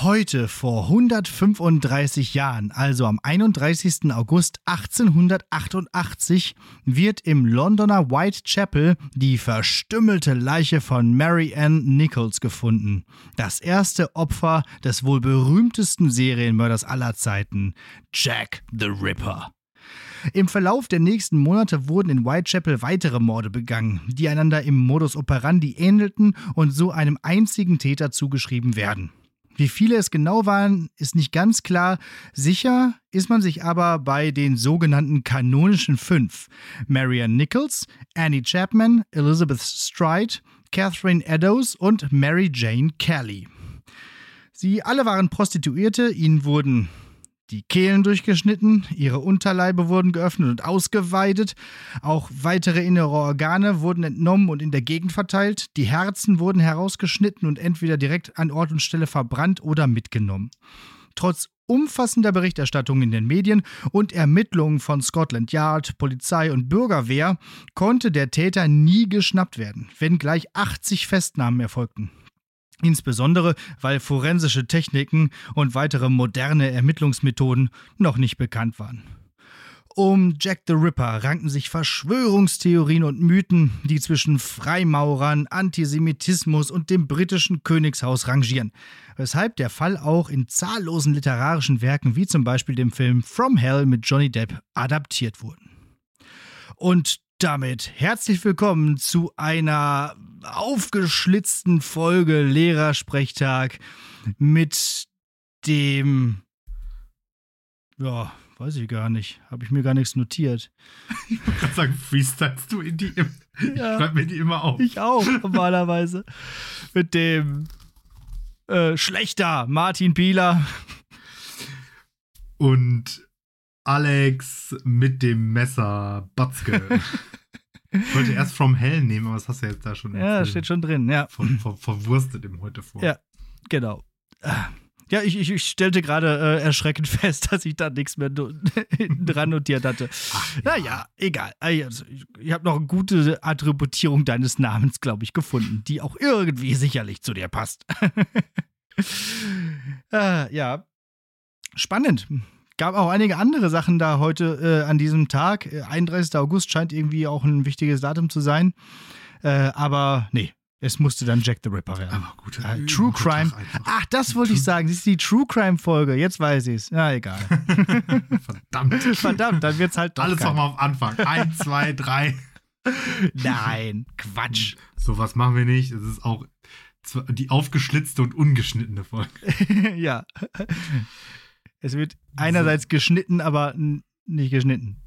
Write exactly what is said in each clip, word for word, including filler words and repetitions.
Heute vor hundertfünfunddreißig Jahren, also am einunddreißigsten August achtzehnhundertachtundachtzig, wird im Londoner Whitechapel die verstümmelte Leiche von Mary Ann Nichols gefunden. Das erste Opfer des wohl berühmtesten Serienmörders aller Zeiten, Jack the Ripper. Im Verlauf der nächsten Monate wurden in Whitechapel weitere Morde begangen, die einander im Modus operandi ähnelten und so einem einzigen Täter zugeschrieben werden. Wie viele es genau waren, ist nicht ganz klar. Sicher ist man sich aber bei den sogenannten kanonischen Fünf: Mary Ann Nichols, Annie Chapman, Elizabeth Stride, Catherine Eddowes und Mary Jane Kelly. Sie alle waren Prostituierte, ihnen wurden die Kehlen durchgeschnitten, ihre Unterleibe wurden geöffnet und ausgeweidet, auch weitere innere Organe wurden entnommen und in der Gegend verteilt, die Herzen wurden herausgeschnitten und entweder direkt an Ort und Stelle verbrannt oder mitgenommen. Trotz umfassender Berichterstattung in den Medien und Ermittlungen von Scotland Yard, Polizei und Bürgerwehr konnte der Täter nie geschnappt werden, wenngleich achtzig Festnahmen erfolgten. Insbesondere, weil forensische Techniken und weitere moderne Ermittlungsmethoden noch nicht bekannt waren. Um Jack the Ripper ranken sich Verschwörungstheorien und Mythen, die zwischen Freimaurern, Antisemitismus und dem britischen Königshaus rangieren, weshalb der Fall auch in zahllosen literarischen Werken wie zum Beispiel dem Film From Hell mit Johnny Depp adaptiert wurden. Und damit herzlich willkommen zu einer aufgeschlitzten Folge Lehrersprechtag mit dem, ja, weiß ich gar nicht, habe ich mir gar nichts notiert. Ich wollte gerade sagen, freestylst du in die, im- ich Ja. schreibe mir die immer auf. Ich auch, normalerweise. Mit dem äh, Schlechter Martin Bieler. Und Alex mit dem Messer Batzke. Ich wollte erst From Hell nehmen, aber das hast du jetzt da schon Ja, steht schon drin, ja. ver ver verwurstet im heute vor. Ja, genau. Ja, ich, ich, ich stellte gerade äh, erschreckend fest, dass ich da nichts mehr no- hinten dran notiert hatte. Ach, ja. Naja, egal. Also, ich ich habe noch eine gute Attributierung deines Namens, glaube ich, gefunden, die auch irgendwie sicherlich zu dir passt. äh, ja, spannend. Gab auch einige andere Sachen da heute äh, an diesem Tag. Äh, einunddreißigster August scheint irgendwie auch ein wichtiges Datum zu sein. Äh, aber nee, es musste dann Jack the Ripper werden. Aber gut, Äh, True Crime. Ach, das wollte ich sagen. Das ist die True Crime Folge. Jetzt weiß ich's. Ja, egal. Verdammt. Verdammt, dann wird's halt doch Alles kein- nochmal auf Anfang. Eins, zwei, drei. Nein, Quatsch. Sowas machen wir nicht. Es ist auch zw- die aufgeschlitzte und ungeschnittene Folge. Ja. Es wird einerseits geschnitten, aber n- nicht geschnitten.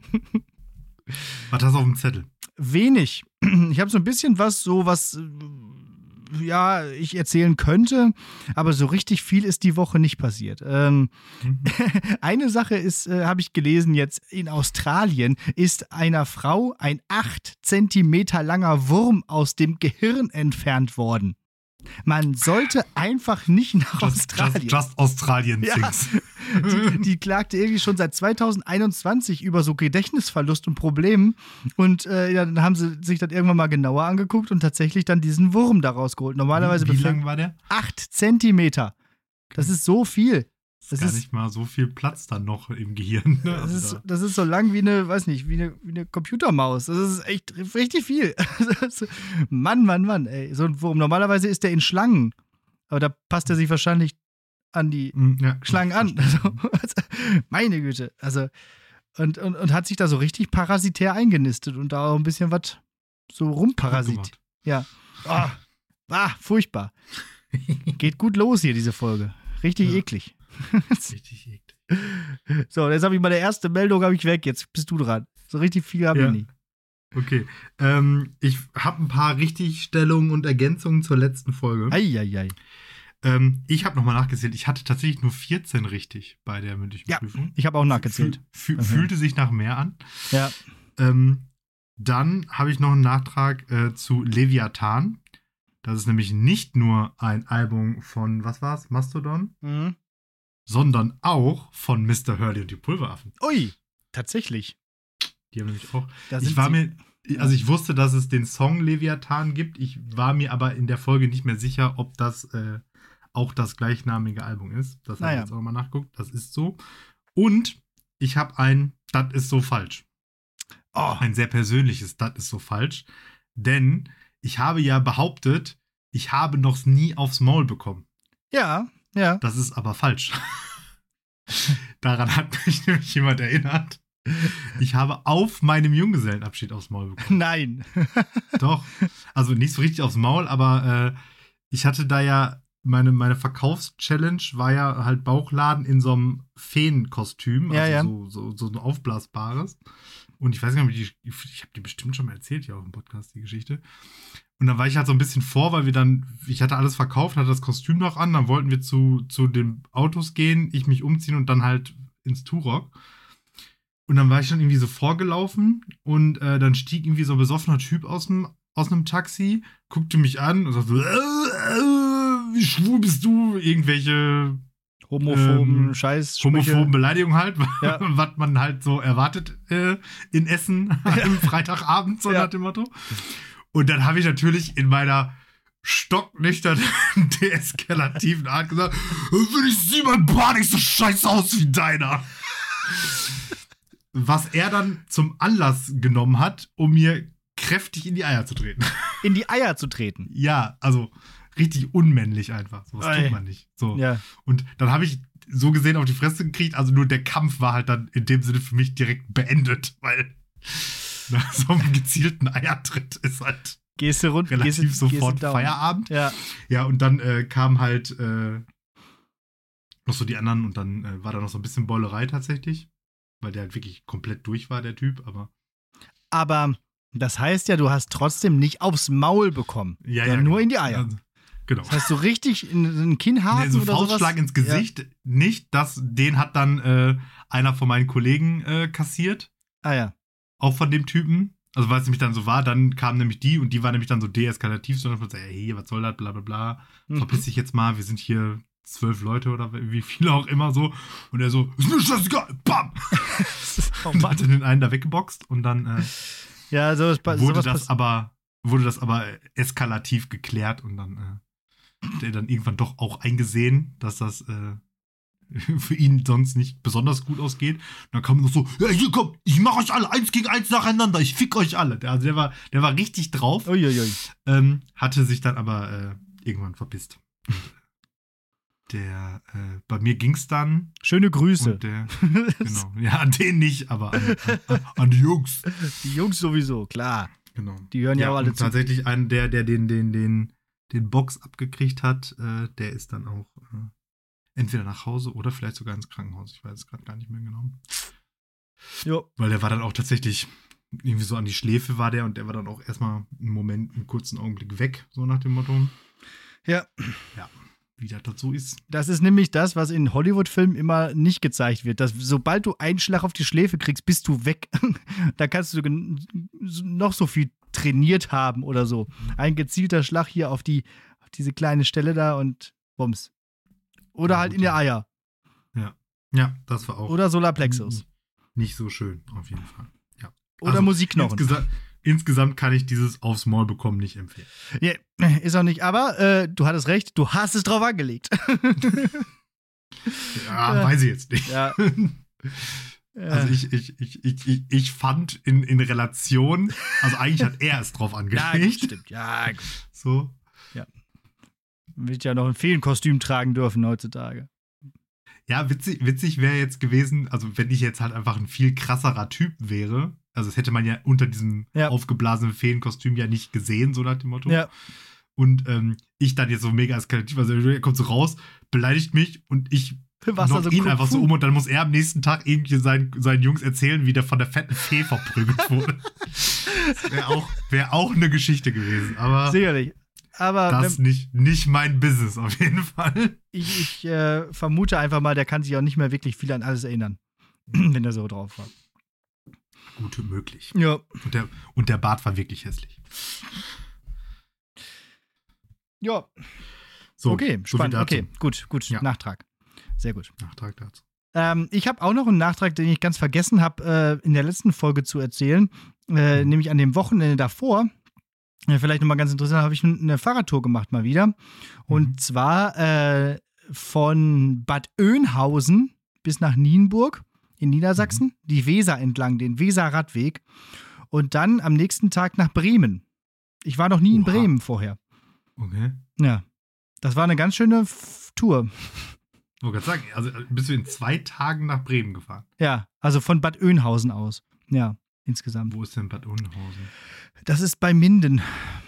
Was hast du auf dem Zettel? Wenig. Ich habe so ein bisschen was, so was, äh, ja, ich erzählen könnte, aber so richtig viel ist die Woche nicht passiert. Ähm, Mhm. eine Sache ist, äh, habe ich gelesen jetzt, in Australien ist einer Frau ein acht Zentimeter langer Wurm aus dem Gehirn entfernt worden. Man sollte einfach nicht nach Just, Australien. just, just Australien Ja. things. Die, die klagte irgendwie schon seit zweitausendeinundzwanzig über so Gedächtnisverlust und Problemen. Und äh, ja, dann haben sie sich das irgendwann mal genauer angeguckt und tatsächlich dann diesen Wurm da rausgeholt. Normalerweise Wie, wie befängt- lang war der? acht Zentimeter. Das ist so viel. Das Das ist gar ist- nicht mal so viel Platz dann noch im Gehirn. ne? Das Also ist, da- das ist so lang wie eine, weiß nicht, wie eine, wie eine Computermaus. Das ist echt richtig viel. Das ist- Mann, Mann, Mann, ey. So ein Wurm. Normalerweise ist der in Schlangen. Aber da passt er sich wahrscheinlich an die Mm, ja. Schlangen an. Also, meine Güte. Also, und, und, und hat sich da so richtig parasitär eingenistet und da auch ein bisschen was so rumparasit. gemacht. Ja. Ah, ah, furchtbar. Geht gut los hier, diese Folge. Richtig Ja. eklig. Richtig eklig. So, jetzt habe ich meine erste Meldung habe ich weg. Jetzt bist du dran. So richtig viel habe Ja. ich nicht. Okay. Ähm, ich habe ein paar Richtigstellungen und Ergänzungen zur letzten Folge. Eieiei. Ähm, ich habe nochmal nachgezählt. Ich hatte tatsächlich nur vierzehn richtig bei der mündlichen Ja, Prüfung. ich habe auch nachgezählt. Fü fü Mhm. Fühlte sich nach mehr an. Ja. Ähm, dann habe ich noch einen Nachtrag äh, zu Leviathan. Das ist nämlich nicht nur ein Album von, was war's, Mastodon, Mhm. sondern auch von Mister Hurley und die Pulveraffen. Ui, tatsächlich. Die haben nämlich auch. Da sind Ich war sie- mir, also ich wusste, dass es den Song Leviathan gibt. Ich war mir aber in der Folge nicht mehr sicher, ob das äh, auch das gleichnamige Album ist. Das habe Naja. ich jetzt auch mal nachgeguckt. Das ist so. Und ich habe ein, das ist so falsch. Oh, Ein sehr persönliches, das ist so falsch. Denn ich habe ja behauptet, ich habe noch nie aufs Maul bekommen. ja, ja. Das ist aber falsch. Daran hat mich nämlich jemand erinnert. Ich habe auf meinem Junggesellenabschied aufs Maul bekommen. Nein. Doch. Also nicht so richtig aufs Maul, aber äh, ich hatte da ja, meine, meine Verkaufschallenge war ja halt Bauchladen in so einem Feenkostüm. Ja, also ja. So, so, so ein aufblasbares. Und ich weiß gar nicht, ob ich, ich habe die bestimmt schon mal erzählt hier auch im Podcast, die Geschichte. Und dann war ich halt so ein bisschen vor, weil wir dann, ich hatte alles verkauft, hatte das Kostüm noch an, dann wollten wir zu, zu den Autos gehen, ich mich umziehen und dann halt ins Turok. Und dann war ich schon irgendwie so vorgelaufen und äh, dann stieg irgendwie so ein besoffener Typ aus dem aus einem Taxi, guckte mich an und sagte so, äh, äh, wie schwul bist du? Irgendwelche Homophoben, Ähm, Scheiß, homophoben Beleidigungen halt, Ja. was man halt so erwartet äh, in Essen am Freitagabend, so Ja. nach dem Motto. Und dann habe ich natürlich in meiner stocknüchternen, deeskalativen Art gesagt, ich sehe mein Bart nicht so scheiße aus wie deiner. Was er dann zum Anlass genommen hat, um mir kräftig in die Eier zu treten. in die Eier zu treten. Ja, also richtig unmännlich einfach. So was Ey. tut man nicht. So. Ja. Und dann habe ich so gesehen auf die Fresse gekriegt, also nur der Kampf war halt dann in dem Sinne für mich direkt beendet, weil nach so einem gezielten Eiertritt ist halt Gehst du runter, relativ gehst du, sofort gehst du down. Feierabend. Ja. Ja, und dann äh, kam halt äh, noch so die anderen und dann äh, war da noch so ein bisschen Bollerei tatsächlich, weil der halt wirklich komplett durch war, der Typ, aber Aber das heißt ja, du hast trotzdem nicht aufs Maul bekommen, ja, sondern ja, nur genau. in die Eier. Also, genau. Das heißt, so richtig in den Kinnhaken Nee, so oder sowas? Faustschlag ins Gesicht, nicht, das, den hat dann äh, einer von meinen Kollegen äh, kassiert, Ah ja. auch von dem Typen. Also weil es nämlich dann so war, dann kam nämlich die und die war nämlich dann so deeskalativ, sondern man sagt, hey, was soll das, bla bla bla, Mhm. verpiss dich jetzt mal, wir sind hier zwölf Leute oder wie viele auch immer so. Und er so, ist mir scheißegal, bam! Oh Und Mann. hat den einen da weggeboxt und dann äh, Ja, sowas, wurde, sowas das pass- aber, wurde das aber eskalativ geklärt und dann äh, hat er dann irgendwann doch auch eingesehen, dass das äh, für ihn sonst nicht besonders gut ausgeht. Und dann kam er noch so, ja, hier komm, ich mach euch alle eins gegen eins nacheinander, ich fick euch alle. Der, also der war, der war richtig drauf, Uiuiui. ähm, hatte sich dann aber äh, irgendwann verpisst. Und, äh, der, äh, bei mir ging's dann Schöne Grüße. und der, genau, ja, an den nicht, aber an, an, an die Jungs. Die Jungs sowieso, klar. Genau. Die hören ja, auch alle und zu. tatsächlich ein, der, der den, den, den, den Box abgekriegt hat, äh, der ist dann auch äh, entweder nach Hause oder vielleicht sogar ins Krankenhaus. Ich weiß es gerade gar nicht mehr genau. Jo. Weil der war dann auch tatsächlich irgendwie so an die Schläfe war der und der war dann auch erstmal einen Moment, einen kurzen Augenblick weg, so nach dem Motto. Ja. Ja, wie das so ist. Das ist nämlich das, was in Hollywood-Filmen immer nicht gezeigt wird. Dass, sobald du einen Schlag auf die Schläfe kriegst, bist du weg. Da kannst du gen- noch so viel trainiert haben oder so. Ein gezielter Schlag hier auf, die, auf diese kleine Stelle da und bums. Oder Ja, halt gut, in die ja. Eier. Ja, das war auch Oder Solarplexus. nicht so schön, auf jeden Fall. Ja. Oder Also, Musikknochen. Insgesa- insgesamt kann ich dieses aufs Maul bekommen nicht empfehlen. Ja, ist auch nicht. Aber äh, du hattest recht, du hast es drauf angelegt. Ja, Ja. weiß ich jetzt nicht. Ja. Also ich, ich, ich, ich, ich, ich fand in, in Relation, also eigentlich hat er es drauf Ja, angelegt. stimmt. Ja, gut. So. Wird ja noch ein Feenkostüm tragen dürfen heutzutage. Ja, witzig, witzig wäre jetzt gewesen, also wenn ich jetzt halt einfach ein viel krasserer Typ wäre, also das hätte man ja unter diesem Ja. aufgeblasenen Feenkostüm ja nicht gesehen, so nach dem Motto. Ja. Und ähm, ich dann jetzt so mega eskalativ, also er kommt so raus, beleidigt mich und ich Was knock also ihn Kung einfach so Fu? um und dann muss er am nächsten Tag irgendwie seinen, seinen Jungs erzählen, wie der von der fetten Fee verprügelt wurde. Wäre auch, wär auch eine Geschichte gewesen, aber Sicherlich. Aber das wenn, nicht, nicht mein Business auf jeden Fall. ich, ich äh, vermute einfach mal, der kann sich auch nicht mehr wirklich viel an alles erinnern, wenn er so drauf war. Gut möglich. Ja. Und der, und der Bart war wirklich hässlich. Ja. So, Okay, so viel spannend. dazu. Okay, gut, gut. Ja. Nachtrag. Sehr gut. Nachtrag dazu. Ähm, ich habe auch noch einen Nachtrag, den ich ganz vergessen habe, äh, in der letzten Folge zu erzählen. Äh, Mhm. Nämlich an dem Wochenende davor Ja, vielleicht nochmal ganz interessant, habe ich eine Fahrradtour gemacht mal wieder. Und Mhm. zwar äh, von Bad Oeynhausen bis nach Nienburg in Niedersachsen, die Weser entlang, den Weser-Radweg. Und dann am nächsten Tag nach Bremen. Ich war noch nie in Oha. Bremen vorher. Okay. Ja, das war eine ganz schöne F- Tour. Ich wollte gerade sagen, also bist du in zwei Tagen nach Bremen gefahren? Ja, also von Bad Oeynhausen aus. Ja, insgesamt. Wo ist denn Bad Oeynhausen? Das ist bei Minden.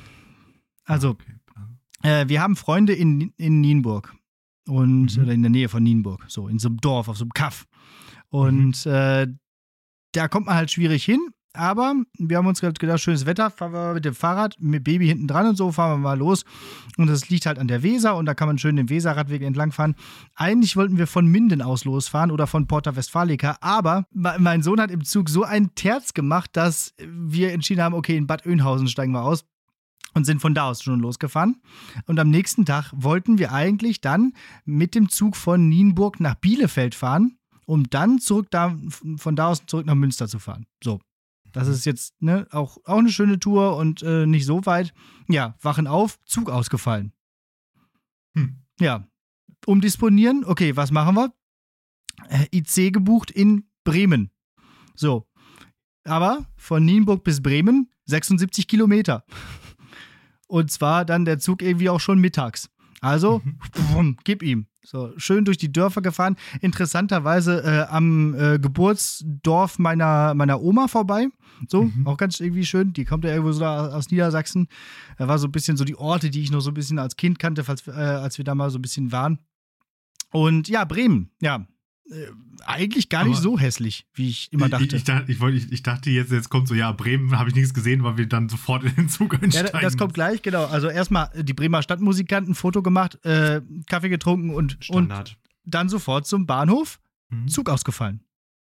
Also, Ah, okay. äh, wir haben Freunde in, in Nienburg. Und, Mhm. oder in der Nähe von Nienburg. So, in so einem Dorf, auf so einem Kaff. Und Mhm. äh, da kommt man halt schwierig hin. Aber wir haben uns gedacht, schönes Wetter, fahren wir mit dem Fahrrad, mit Baby hinten dran und so, fahren wir mal los. Und das liegt halt an der Weser und da kann man schön den Weserradweg entlangfahren. Eigentlich wollten wir von Minden aus losfahren oder von Porta Westfalica, aber me- mein Sohn hat im Zug so einen Terz gemacht, dass wir entschieden haben, okay, in Bad Oeynhausen steigen wir aus und sind von da aus schon losgefahren. Und am nächsten Tag wollten wir eigentlich dann mit dem Zug von Nienburg nach Bielefeld fahren, um dann zurück da, von da aus zurück nach Münster zu fahren. So. Das ist jetzt ne, auch, auch eine schöne Tour und äh, nicht so weit. Ja, wachen auf, Zug ausgefallen. Hm. Ja, umdisponieren. Okay, was machen wir? Äh, I C gebucht in Bremen. So. Aber von Nienburg bis Bremen sechsundsiebzig Kilometer. Und zwar dann der Zug irgendwie auch schon mittags. Also, Mhm. pff, gib ihm. So, schön durch die Dörfer gefahren. Interessanterweise äh, am äh, Geburtsdorf meiner, meiner Oma vorbei. So, Mhm. auch ganz irgendwie schön. Die kommt ja irgendwo so da aus Niedersachsen. Da war so ein bisschen so die Orte, die ich noch so ein bisschen als Kind kannte, falls, äh, als wir da mal so ein bisschen waren. Und ja, Bremen, ja. Äh, eigentlich gar nicht Aber- so hässlich, wie ich immer dachte. Ich, ich, dachte, ich, wollte, ich, ich dachte jetzt, jetzt kommt so, ja, Bremen habe ich nichts gesehen, weil wir dann sofort in den Zug Ja, einsteigen. da- das kommt gleich, genau. Also erstmal die Bremer Stadtmusikanten, Foto gemacht, äh, Kaffee getrunken und, und Standard. dann sofort zum Bahnhof, Mhm. Zug ausgefallen.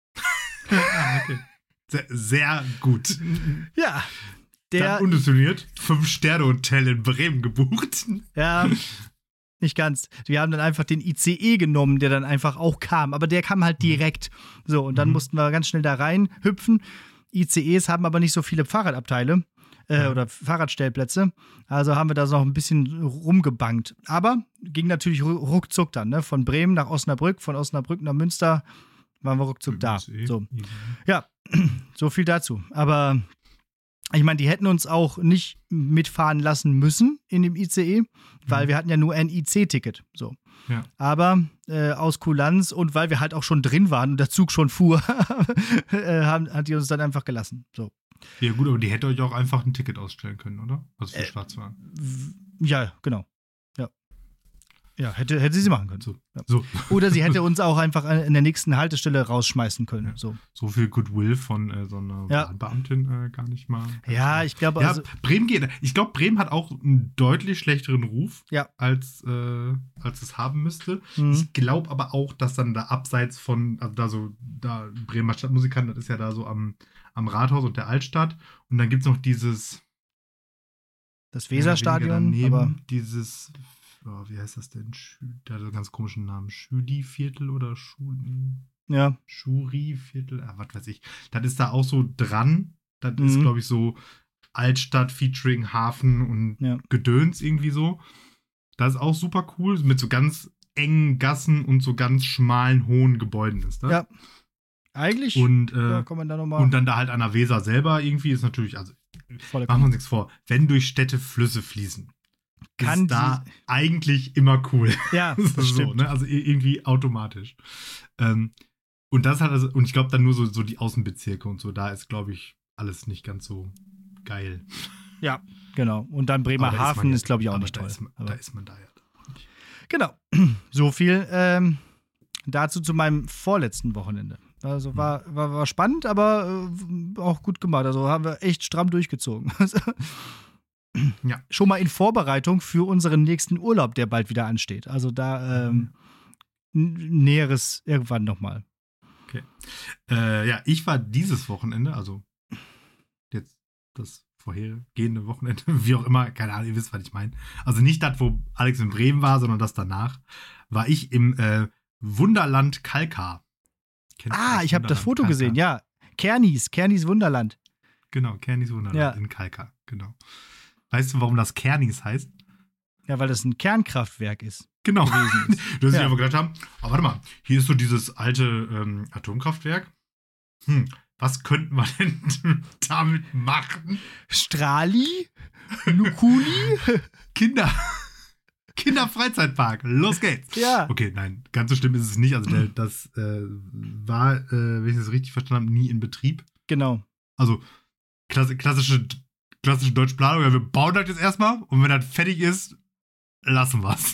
ah, okay. Sehr, sehr gut. Ja, Dann der, undiszipliniert, Fünf-Sterne-Hotel in Bremen gebucht. ja, nicht ganz. Wir haben dann einfach den I C E genommen, der dann einfach auch kam, aber der kam halt direkt. So, und dann Mhm. mussten wir ganz schnell da rein hüpfen. I C Es haben aber nicht so viele Fahrradabteile äh, Ja. oder Fahrradstellplätze. Also haben wir da so noch ein bisschen rumgebankt. Aber ging natürlich ru- ruckzuck dann, ne? Von Bremen nach Osnabrück, von Osnabrück nach Münster waren wir ruckzuck da. Ist eh So. easy. Ja, so viel dazu. Aber ich meine, die hätten uns auch nicht mitfahren lassen müssen in dem I C E, weil Mhm. wir hatten ja nur ein I C-Ticket. So. Ja. Aber äh, aus Kulanz und weil wir halt auch schon drin waren und der Zug schon fuhr, äh, haben, hat die uns dann einfach gelassen. So. Ja, gut, aber die hätte euch auch einfach ein Ticket ausstellen können, oder? Also für Äh, Schwarzfahren. W- Ja, genau. Ja. Ja, hätte, hätte sie machen können. So. Ja. So, Oder sie hätte uns auch einfach in der nächsten Haltestelle rausschmeißen können. Ja. So. so viel Goodwill von äh, so einer Ja. Bahnbeamtin äh, gar nicht mal. Ja, ich glaube, Ja, also, Bremen geht. Ich glaube, Bremen hat auch einen deutlich schlechteren Ruf, Ja. als, äh, als es haben müsste. Mhm. Ich glaube aber auch, dass dann da abseits von, also da so, da Bremer Stadtmusikanten, das ist ja da so am, am Rathaus und der Altstadt. Und dann gibt es noch dieses das mehr oder Weserstadion, weniger daneben, aber dieses, oh, wie heißt das denn? Schü der hat einen ganz komischen Namen. Schüli-Viertel oder Schuli? ja. Schuri-Viertel, ah, was weiß ich. Das ist da auch so dran. Das ist, Mhm. glaube ich, so Altstadt featuring Hafen und Ja. Gedöns irgendwie so. Das ist auch super cool, mit so ganz engen Gassen und so ganz schmalen, hohen Gebäuden ist das. Ja. Eigentlich Und, äh, ja, kann man da nochmal und dann da halt an der Weser selber irgendwie ist natürlich, also volle machen wir uns nichts vor, wenn durch Städte Flüsse fließen, Kann ist da die- eigentlich immer cool. Ja, Das das ist so, stimmt. ne? Also i- irgendwie automatisch. Ähm, und das hat also, und ich glaube dann nur so, so die Außenbezirke und so, da ist, glaube ich, alles nicht ganz so geil. Ja, genau. Und dann Aber da ist man Bremerhaven ja- ist, glaube ich, auch aber nicht da toll. Ist man, Aber da ist man da ja auch nicht. genau. So viel ähm, dazu zu meinem vorletzten Wochenende. Also war, war, war spannend, aber äh, auch gut gemacht. Also haben wir echt stramm durchgezogen. Ja. Schon mal in Vorbereitung für unseren nächsten Urlaub, der bald wieder ansteht. Also da ähm, n- Näheres irgendwann nochmal. Äh, ja, ich war dieses Wochenende, also jetzt das vorhergehende Wochenende, wie auch immer, keine Ahnung, ihr wisst, was ich meine. Also nicht das, wo Alex in Bremen war, sondern das danach, war ich im äh, Wunderland Kalkar. Kennt ihr Ah, das ich habe das Wunderland Foto Kalkar? gesehen, ja. Kernis, Kernis Wunderland. Genau, Kernis Wunderland Ja. in Kalkar, genau. Weißt du, warum das Kernis heißt? Ja, weil das ein Kernkraftwerk ist. Genau. Gewesen ist. Dass sie Ja. aber gedacht haben, oh, warte mal, hier ist so dieses alte ähm, Atomkraftwerk. Hm, was könnten wir denn damit machen? Strali? Nukuli? Kinder. Kinderfreizeitpark. Los geht's. Ja. Okay, nein, ganz so schlimm ist es nicht. Also der, das äh, war, äh, wenn ich das richtig verstanden habe, nie in Betrieb. Genau. Also klass klassische, klassische deutsche Planung. Ja, wir bauen das jetzt erstmal und wenn das fertig ist, lassen wir's.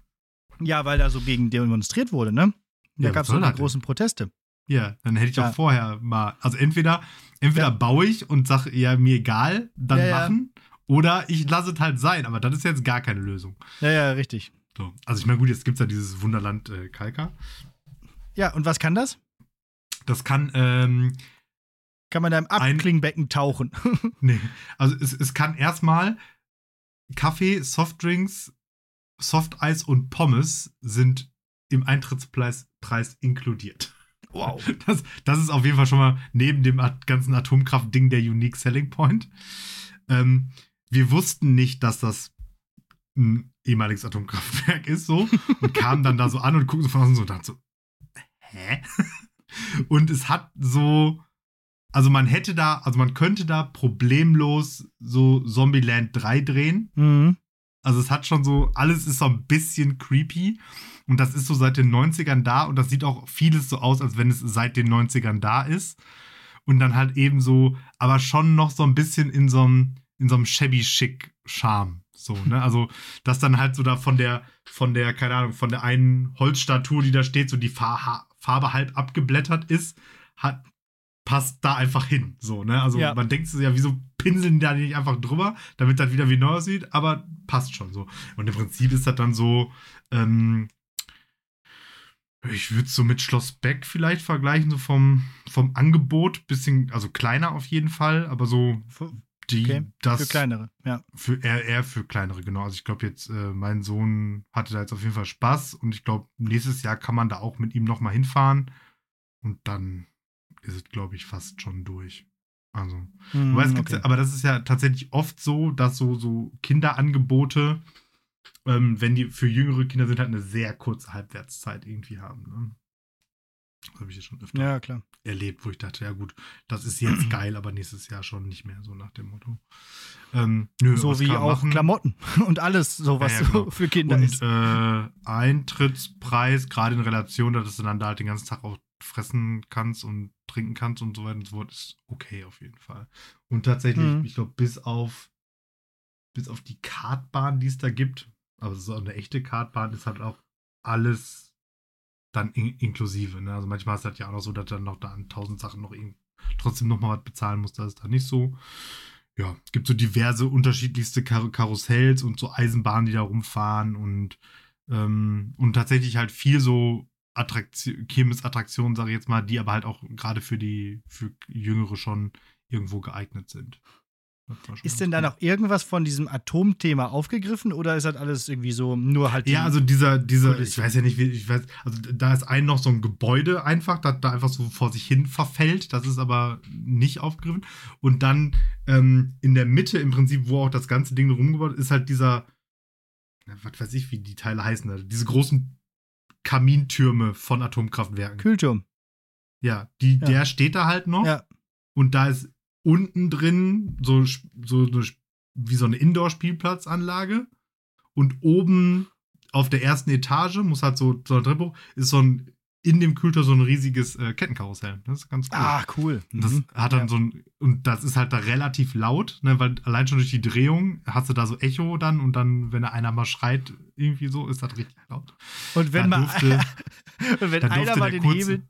Ja, weil da so gegen demonstriert wurde, ne? Da Ja, gab es was so soll die das denn? großen Proteste. Ja, dann hätte ich Ja. auch vorher mal, also entweder, entweder Ja. baue ich und sage, ja, mir egal, dann Ja, ja. machen, oder ich lasse es halt sein, aber das ist jetzt gar keine Lösung. Ja, ja, richtig. So. Also ich meine, gut, jetzt gibt es ja dieses Wunderland äh, Kalka. Ja, und was kann das? Das kann, ähm, Kann man da im Ein- Abklingbecken tauchen? nee, also es, es kann erstmal Kaffee, Softdrinks, Softeis und Pommes sind im Eintrittspreis Preis inkludiert. Wow. Das, das ist auf jeden Fall schon mal neben dem at- ganzen Atomkraft-Ding der Unique Selling Point. Ähm, wir wussten nicht, dass das ein ehemaliges Atomkraftwerk ist, so. Und kamen dann da so an und gucken so von außen so und dachten so, hä? Und es hat so, also man hätte da, also man könnte da problemlos so Zombieland drei drehen. Mhm. Also es hat schon so, alles ist so ein bisschen creepy. Und das ist so seit den neunzigern da. Und das sieht auch vieles so aus, als wenn es seit den neunzigern da ist. Und dann halt eben so, aber schon noch so ein bisschen in so einem, in so einem shabby-chic-Charme. So, ne? Also, dass dann halt so da von der, von der, keine Ahnung, von der einen Holzstatue, die da steht, so die Fa- Farbe halb abgeblättert ist, hat, passt da einfach hin. So, ne? Also Ja. man denkt so, ja, wieso pinseln die da nicht einfach drüber, damit das wieder wie neu aussieht, aber passt schon so. Und im Prinzip ist das dann so, ähm, ich würde es so mit Schloss Beck vielleicht vergleichen, so vom, vom Angebot, bisschen, also kleiner auf jeden Fall, aber so Für, die, okay. das für kleinere, ja. für eher, eher für kleinere, genau. Also ich glaube jetzt, äh, mein Sohn hatte da jetzt auf jeden Fall Spaß und ich glaube, nächstes Jahr kann man da auch mit ihm nochmal hinfahren und dann ist es, glaube ich, fast schon durch. Also, Mhm, aber, es gibt, okay. aber das ist ja tatsächlich oft so, dass so, so Kinderangebote, ähm, wenn die für jüngere Kinder sind, halt eine sehr kurze Halbwertszeit irgendwie haben. Ne? Das habe ich jetzt schon öfter Ja, klar. erlebt, wo ich dachte, ja gut, das ist jetzt geil, aber nächstes Jahr schon nicht mehr, so nach dem Motto. Ähm, nö, So was wie kann man auch machen? Klamotten und alles, so was Ja, ja, genau. für Kinder Und ist. äh, Eintrittspreis, gerade in Relation, dass du dann da halt den ganzen Tag auch fressen kannst und trinken kannst und so weiter und so fort, ist okay auf jeden Fall. Und tatsächlich, Mhm. ich glaube, bis auf bis auf die Kartbahn, die es da gibt, aber es ist auch eine echte Kartbahn, ist halt auch alles dann in inklusive. Ne? Also manchmal ist das ja auch noch so, dass du dann noch da an tausend Sachen noch irgend trotzdem noch mal was bezahlen musst. Das ist da nicht so. Ja, es gibt so diverse unterschiedlichste Kar Karussells und so Eisenbahnen, die da rumfahren und, ähm, und tatsächlich halt viel so Attraktion, Kirmesattraktionen, sage ich jetzt mal, die aber halt auch gerade für die für Jüngere schon irgendwo geeignet sind. Das war schon Ist ganz denn da cool. noch irgendwas von diesem Atomthema aufgegriffen oder ist das alles irgendwie so nur halt die Ja, also dieser, dieser, Kulisse. ich weiß ja nicht, wie, ich weiß, also da ist ein noch so ein Gebäude einfach, das da einfach so vor sich hin verfällt, das ist aber nicht aufgegriffen. Und dann ähm, in der Mitte im Prinzip, wo auch das ganze Ding rumgebaut ist, ist halt dieser, na, was weiß ich, wie die Teile heißen, also diese großen Kamintürme von Atomkraftwerken. Kühlturm? Ja, die, Ja. der steht da halt noch. Ja. Und da ist unten drin so, so eine, wie so eine Indoor-Spielplatzanlage. Und oben auf der ersten Etage, muss halt so, so ein Treppe, ist so ein, in dem Kühlturm so ein riesiges äh, Kettenkarussell. Das ist ganz cool. Ah, cool. Und das Mhm. hat dann Ja. so ein, und das ist halt da relativ laut, ne, weil allein schon durch die Drehung hast du da so Echo dann und dann, wenn da einer mal schreit, irgendwie so, ist das richtig laut. Und wenn da man durfte, und wenn da einer durfte mal der den kurze, Hebel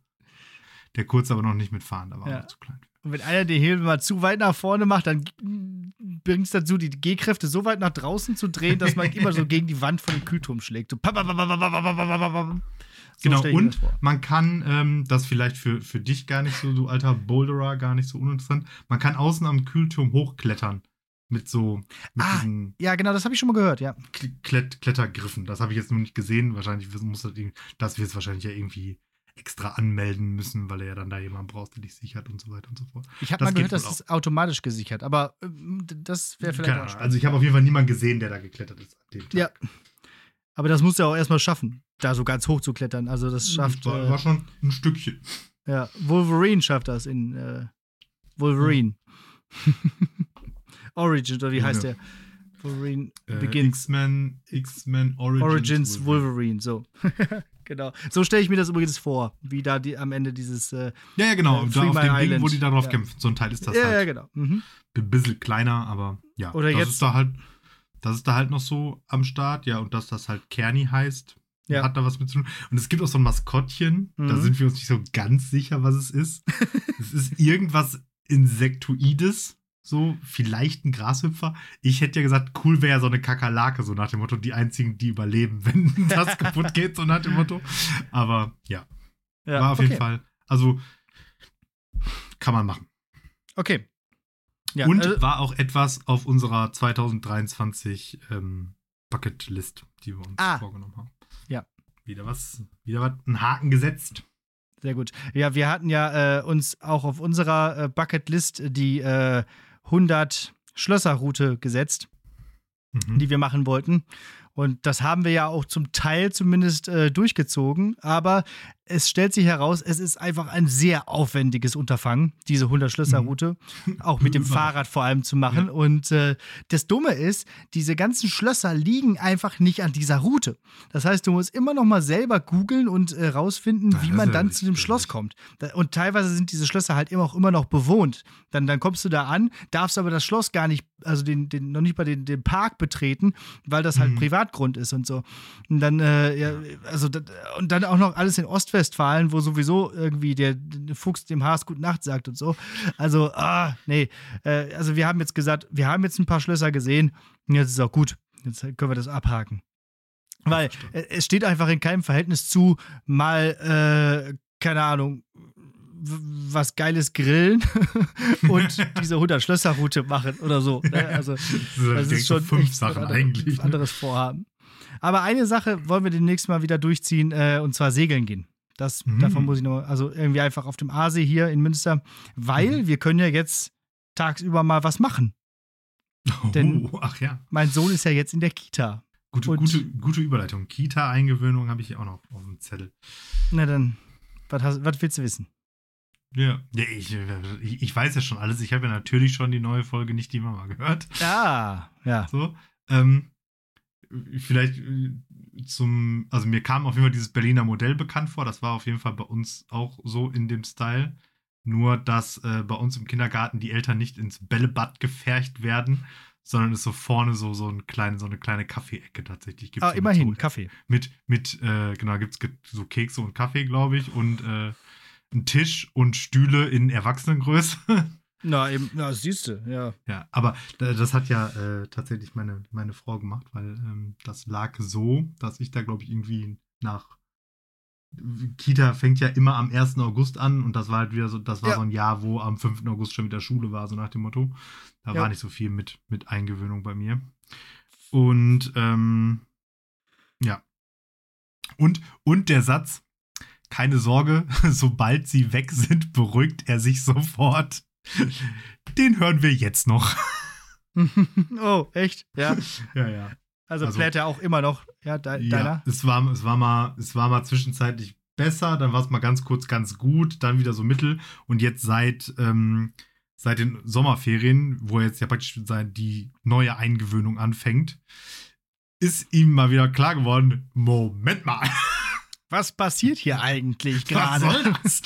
der kurze aber noch nicht mitfahren, da war er Ja. noch zu klein. und wenn einer den Hebel mal zu weit nach vorne macht, dann bringt es dazu, die G-Kräfte so weit nach draußen zu drehen, dass man immer so gegen die Wand von dem Kühlturm schlägt. So pam, pam, pam, pam, pam, pam, pam, pam, pam. So Genau, stell ich mir und das vor. man kann, ähm, das vielleicht für, für dich gar nicht so, du alter Boulderer, gar nicht so uninteressant, man kann außen am Kühlturm hochklettern. Mit so, mit Ah, diesen Ja, genau, das habe ich schon mal gehört, ja. Kl- Klett Klettergriffen. Das habe ich jetzt noch nicht gesehen. Wahrscheinlich muss das irgendwie, das wird es wahrscheinlich ja irgendwie extra anmelden müssen, weil er ja dann da jemanden braucht, der dich sichert und so weiter und so fort. Ich habe mal gehört, das ist automatisch gesichert, aber äh, das wäre vielleicht Keine auch Ahnung. spannend. Also ich habe auf jeden Fall niemanden gesehen, der da geklettert ist an dem Tag. Ja, aber das musst du ja auch erstmal schaffen, da so ganz hoch zu klettern. Also das schafft. War, äh, war schon ein Stückchen. Ja, Wolverine schafft das in äh, Wolverine. Origins, oder wie Ja, heißt ja. der? Wolverine Äh, Begins. X-Men, X-Men Origins, Origins Wolverine, so. Genau. So stelle ich mir das übrigens vor, wie da die, am Ende dieses. Äh, Ja, ja, genau. Äh, Da Free auf My dem Ding, Island. wo die darauf Ja. kämpfen. So ein Teil ist das ja, halt. ja, genau. Mhm. Ein bisschen kleiner, aber ja. Oder das jetzt- ist da halt, das ist da halt noch so am Start, ja, und dass das halt Kearney heißt, Ja. hat da was mit zu tun. Und es gibt auch so ein Maskottchen, da Mhm. sind wir uns nicht so ganz sicher, was es ist. Es ist irgendwas Insektoides, so, vielleicht ein Grashüpfer. Ich hätte ja gesagt, cool wäre ja so eine Kakerlake, so nach dem Motto, die einzigen, die überleben, wenn das kaputt geht, so nach dem Motto. Aber ja, Ja, war auf okay. jeden Fall, also kann man machen. Okay. Ja, Und also, war auch etwas auf unserer zwanzig dreiundzwanzig ähm, Bucketlist, die wir uns Ah. vorgenommen haben. Ja. Wieder was, wieder was, einen Haken gesetzt. sehr gut. Ja, wir hatten ja äh, uns auch auf unserer äh, Bucketlist die äh, hundert Schlösser-Route gesetzt, Mhm. die wir machen wollten. Und das haben wir ja auch zum Teil zumindest äh, durchgezogen. Aber es stellt sich heraus, es ist einfach ein sehr aufwendiges Unterfangen, diese hundert Schlösser-Route. Auch mit dem Fahrrad vor allem zu machen. Ja. Und äh, das Dumme ist, diese ganzen Schlösser liegen einfach nicht an dieser Route. Das heißt, du musst immer noch mal selber googeln und äh, rausfinden, Ah, wie das man ist ja dann zu dem richtig Schloss schwierig. kommt. Da- Und teilweise sind diese Schlösser halt immer auch immer noch bewohnt. Dann, dann kommst du da an, darfst aber das Schloss gar nicht, also den, den, noch nicht mal den, den Park betreten, weil das halt Mhm. Privatgrund ist und so. Und dann, äh, ja, also, das- und dann auch noch alles in Ostwestfalen, wo sowieso irgendwie der, der Fuchs dem Haas Gute Nacht sagt und so. Also, ah, nee. Äh, also, wir haben jetzt gesagt, wir haben jetzt ein paar Schlösser gesehen und jetzt ist auch gut. Jetzt können wir das abhaken. Weil äh, es steht einfach in keinem Verhältnis zu, mal, äh, keine Ahnung, w- was Geiles grillen und diese hundert Schlösser-Route machen oder so. Ne? Also, Das sind das direkt ist so schon fünf echt Sachen ein andere- eigentlich. Ne? anderes Vorhaben. Aber eine Sache wollen wir demnächst mal wieder durchziehen, äh, und zwar segeln gehen. Das, Mhm. Davon muss ich noch, also irgendwie einfach auf dem Aasee hier in Münster, weil Mhm. wir können ja jetzt tagsüber mal was machen. denn- oh, ach ja. Mein Sohn ist ja jetzt in der Kita. Gute, Und- gute, gute Überleitung. Kita-Eingewöhnung habe ich auch noch auf dem Zettel. Na dann, was, hast, was willst du wissen? Ja, ja ich, ich, ich weiß ja schon alles. Ich habe ja natürlich schon die neue Folge Nicht die Mama gehört. Ah, ja. So, ähm, vielleicht äh, zum, also mir kam auf jeden Fall dieses Berliner Modell bekannt vor. Das war auf jeden Fall bei uns auch so in dem Style. Nur, dass äh, bei uns im Kindergarten die Eltern nicht ins Bällebad gefercht werden, sondern es so vorne so, so, ein klein, so eine kleine Kaffeeecke tatsächlich gibt. Ah, so immerhin, Mit, so, Kaffee. mit, mit äh, genau, gibt es so Kekse und Kaffee, glaube ich, und äh, einen Tisch und Stühle in Erwachsenengröße. Na, eben, na, siehst du, ja. Ja, aber äh, das hat ja äh, tatsächlich meine, meine Frau gemacht, weil ähm, das lag so, dass ich da, glaube ich, irgendwie nach Kita fängt ja immer am ersten August an und das war halt wieder so, das war Ja. so ein Jahr, wo am fünften August schon wieder Schule war, so nach dem Motto. Da Ja. war nicht so viel mit, mit Eingewöhnung bei mir. Und ähm, ja. Und, und der Satz, keine Sorge, sobald sie weg sind, beruhigt er sich sofort. Den hören wir jetzt noch. Oh, echt? Ja. Ja, ja. Also, Also- plärt er auch immer noch, ja, de Ja, deiner? es war, es war mal, es war mal zwischenzeitlich besser, dann war es mal ganz kurz ganz gut, dann wieder so mittel und jetzt seit, ähm, seit den Sommerferien, wo jetzt ja praktisch seit die neue Eingewöhnung anfängt, ist ihm mal wieder klar geworden, Moment mal, Was passiert hier eigentlich was gerade? soll das?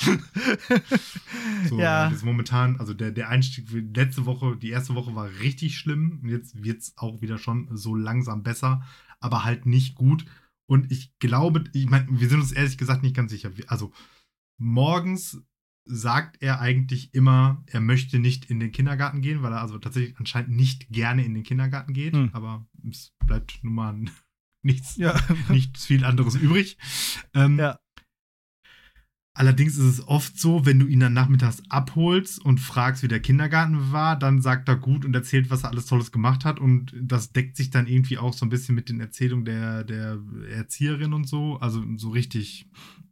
So, Ja. das ist momentan, also der, der Einstieg für letzte Woche, die erste Woche war richtig schlimm und jetzt wird es auch wieder schon so langsam besser, aber halt nicht gut. Und ich glaube, ich meine, wir sind uns ehrlich gesagt nicht ganz sicher. Also morgens sagt er eigentlich immer, er möchte nicht in den Kindergarten gehen, weil er also tatsächlich anscheinend nicht gerne in den Kindergarten geht, Hm. aber es bleibt nun mal nichts, Ja. nichts viel anderes übrig. Ähm, Ja. Allerdings ist es oft so, wenn du ihn dann nachmittags abholst und fragst, wie der Kindergarten war, dann sagt er gut und erzählt, was er alles Tolles gemacht hat. Und das deckt sich dann irgendwie auch so ein bisschen mit den Erzählungen der, der Erzieherin und so. Also so richtig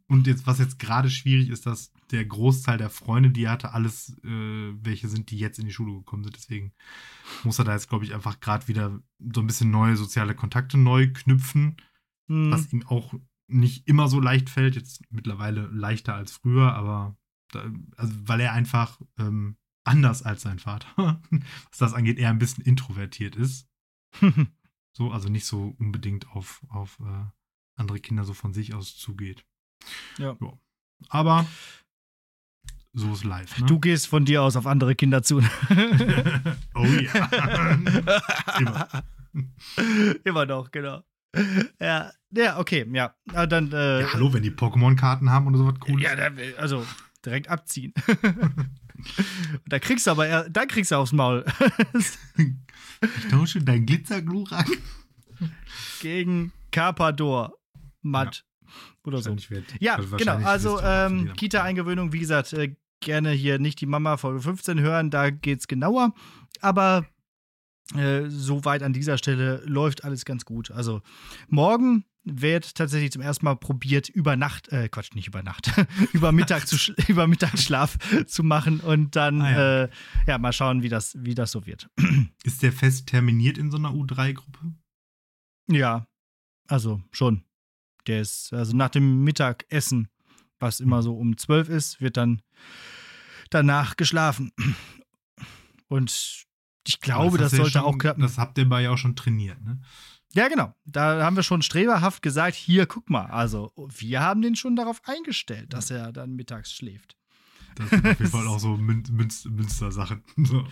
und jetzt, was jetzt gerade schwierig ist, dass der Großteil der Freunde, die er hatte, alles äh, welche sind, die jetzt in die Schule gekommen sind. Deswegen muss er da jetzt, glaube ich, einfach gerade wieder so ein bisschen neue soziale Kontakte neu knüpfen, hm. was ihm auch nicht immer so leicht fällt. Jetzt mittlerweile leichter als früher, aber da, also, weil er einfach ähm, anders als sein Vater, was das angeht, eher ein bisschen introvertiert ist. So, also nicht so unbedingt auf, auf äh, andere Kinder so von sich aus zugeht. Ja. Ja. Aber so ist live, ne? Du gehst von dir aus auf andere Kinder zu. Oh ja. Immer. Immer noch, genau. Ja, ja, okay, ja. Ah, dann, äh, ja, hallo, wenn die Pokémon-Karten haben oder sowas Cooles. Ja, dann, also direkt abziehen. Da kriegst du aber, eher, dann kriegst du aufs Maul. Ich tausche dein Glitzerglurak gegen Carpador Matt ja. oder so. Wird, ja, also genau. Also ähm, Kita-Eingewöhnung, wie gesagt, äh, gerne hier nicht die Mama Folge fünfzehn hören, da geht's genauer. Aber äh, soweit an dieser Stelle läuft alles ganz gut. Also morgen wird tatsächlich zum ersten Mal probiert, über Nacht, äh, Quatsch, nicht über Nacht, über Mittag zu über Mittagsschlaf zu machen und dann ah, ja. Äh, ja, mal schauen, wie das, wie das so wird. Ist der fest terminiert in so einer U drei Gruppe? Ja, also schon. Der ist, also nach dem Mittagessen, was immer so um zwölf ist, wird dann danach geschlafen. Und ich glaube, das, das sollte schon, auch klappen. Das habt ihr bei ja auch schon trainiert, ne? Ja, genau. Da haben wir schon streberhaft gesagt, hier, guck mal, also wir haben den schon darauf eingestellt, dass er dann mittags schläft. Das sind auf jeden Fall auch so Mün- Münz- Münster-Sachen. So.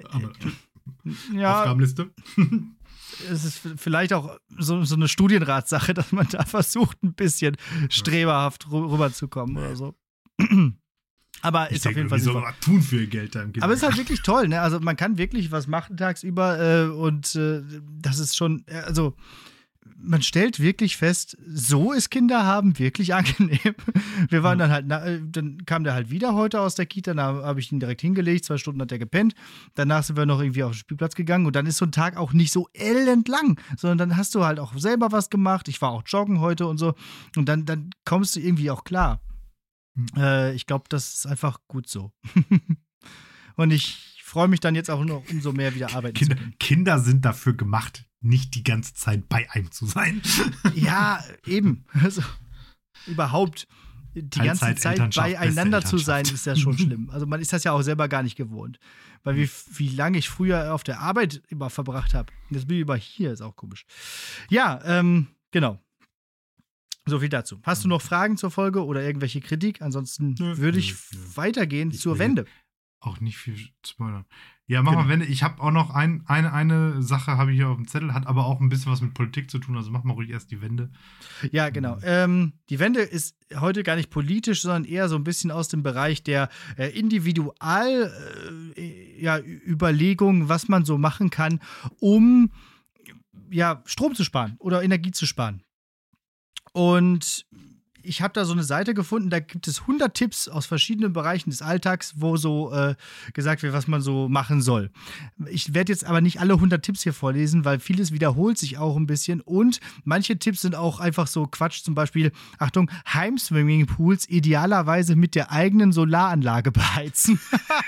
Ja, Aufgabenliste. Es ist vielleicht auch so, so eine Studienratssache, dass man da versucht, ein bisschen streberhaft rüberzukommen oder so. Aber ich ist denke, auf jeden Fall wie soll man was tun für ihr Geld da im Kindergarten? Aber es ist halt wirklich toll, ne? Also man kann wirklich was machen tagsüber äh, und äh, das ist schon, äh, also man stellt wirklich fest, so ist Kinder haben wirklich angenehm. Wir waren dann halt, na, dann kam der halt wieder heute aus der Kita, da habe ich ihn direkt hingelegt, zwei Stunden hat er gepennt. Danach sind wir noch irgendwie auf den Spielplatz gegangen und dann ist so ein Tag auch nicht so elendlang, sondern dann hast du halt auch selber was gemacht. Ich war auch joggen heute und so und dann, dann kommst du irgendwie auch klar. Hm. Äh, ich glaube, das ist einfach gut so. Und ich freue mich dann jetzt auch noch umso mehr wieder arbeiten Kinder, zu können. Kinder sind dafür gemacht, nicht die ganze Zeit bei einem zu sein. Ja, eben. Also, überhaupt die ganze Zeit beieinander zu sein, ist ja schon schlimm. Also man ist das ja auch selber gar nicht gewohnt. Weil wie, wie lange ich früher auf der Arbeit immer verbracht habe. Das bin ich über hier, ist auch komisch. Ja, ähm, genau. So viel dazu. Hast du noch Fragen zur Folge oder irgendwelche Kritik? Ansonsten nö, würde ich nö, nö. weitergehen ich zur Wende. Auch nicht viel spoilern. Ja, mach genau. mal Wende. Ich habe auch noch ein, eine, eine Sache habe ich hier auf dem Zettel, hat aber auch ein bisschen was mit Politik zu tun, also mach mal ruhig erst die Wende. Ja, genau. Ähm, die Wende ist heute gar nicht politisch, sondern eher so ein bisschen aus dem Bereich der äh, Individual äh, ja, Überlegungen, was man so machen kann, um ja, Strom zu sparen oder Energie zu sparen. Und ich habe da so eine Seite gefunden, da gibt es hundert Tipps aus verschiedenen Bereichen des Alltags, wo so äh, gesagt wird, was man so machen soll. Ich werde jetzt aber nicht alle hundert Tipps hier vorlesen, weil vieles wiederholt sich auch ein bisschen und manche Tipps sind auch einfach so Quatsch, zum Beispiel, Achtung, Heimswimmingpools idealerweise mit der eigenen Solaranlage beheizen.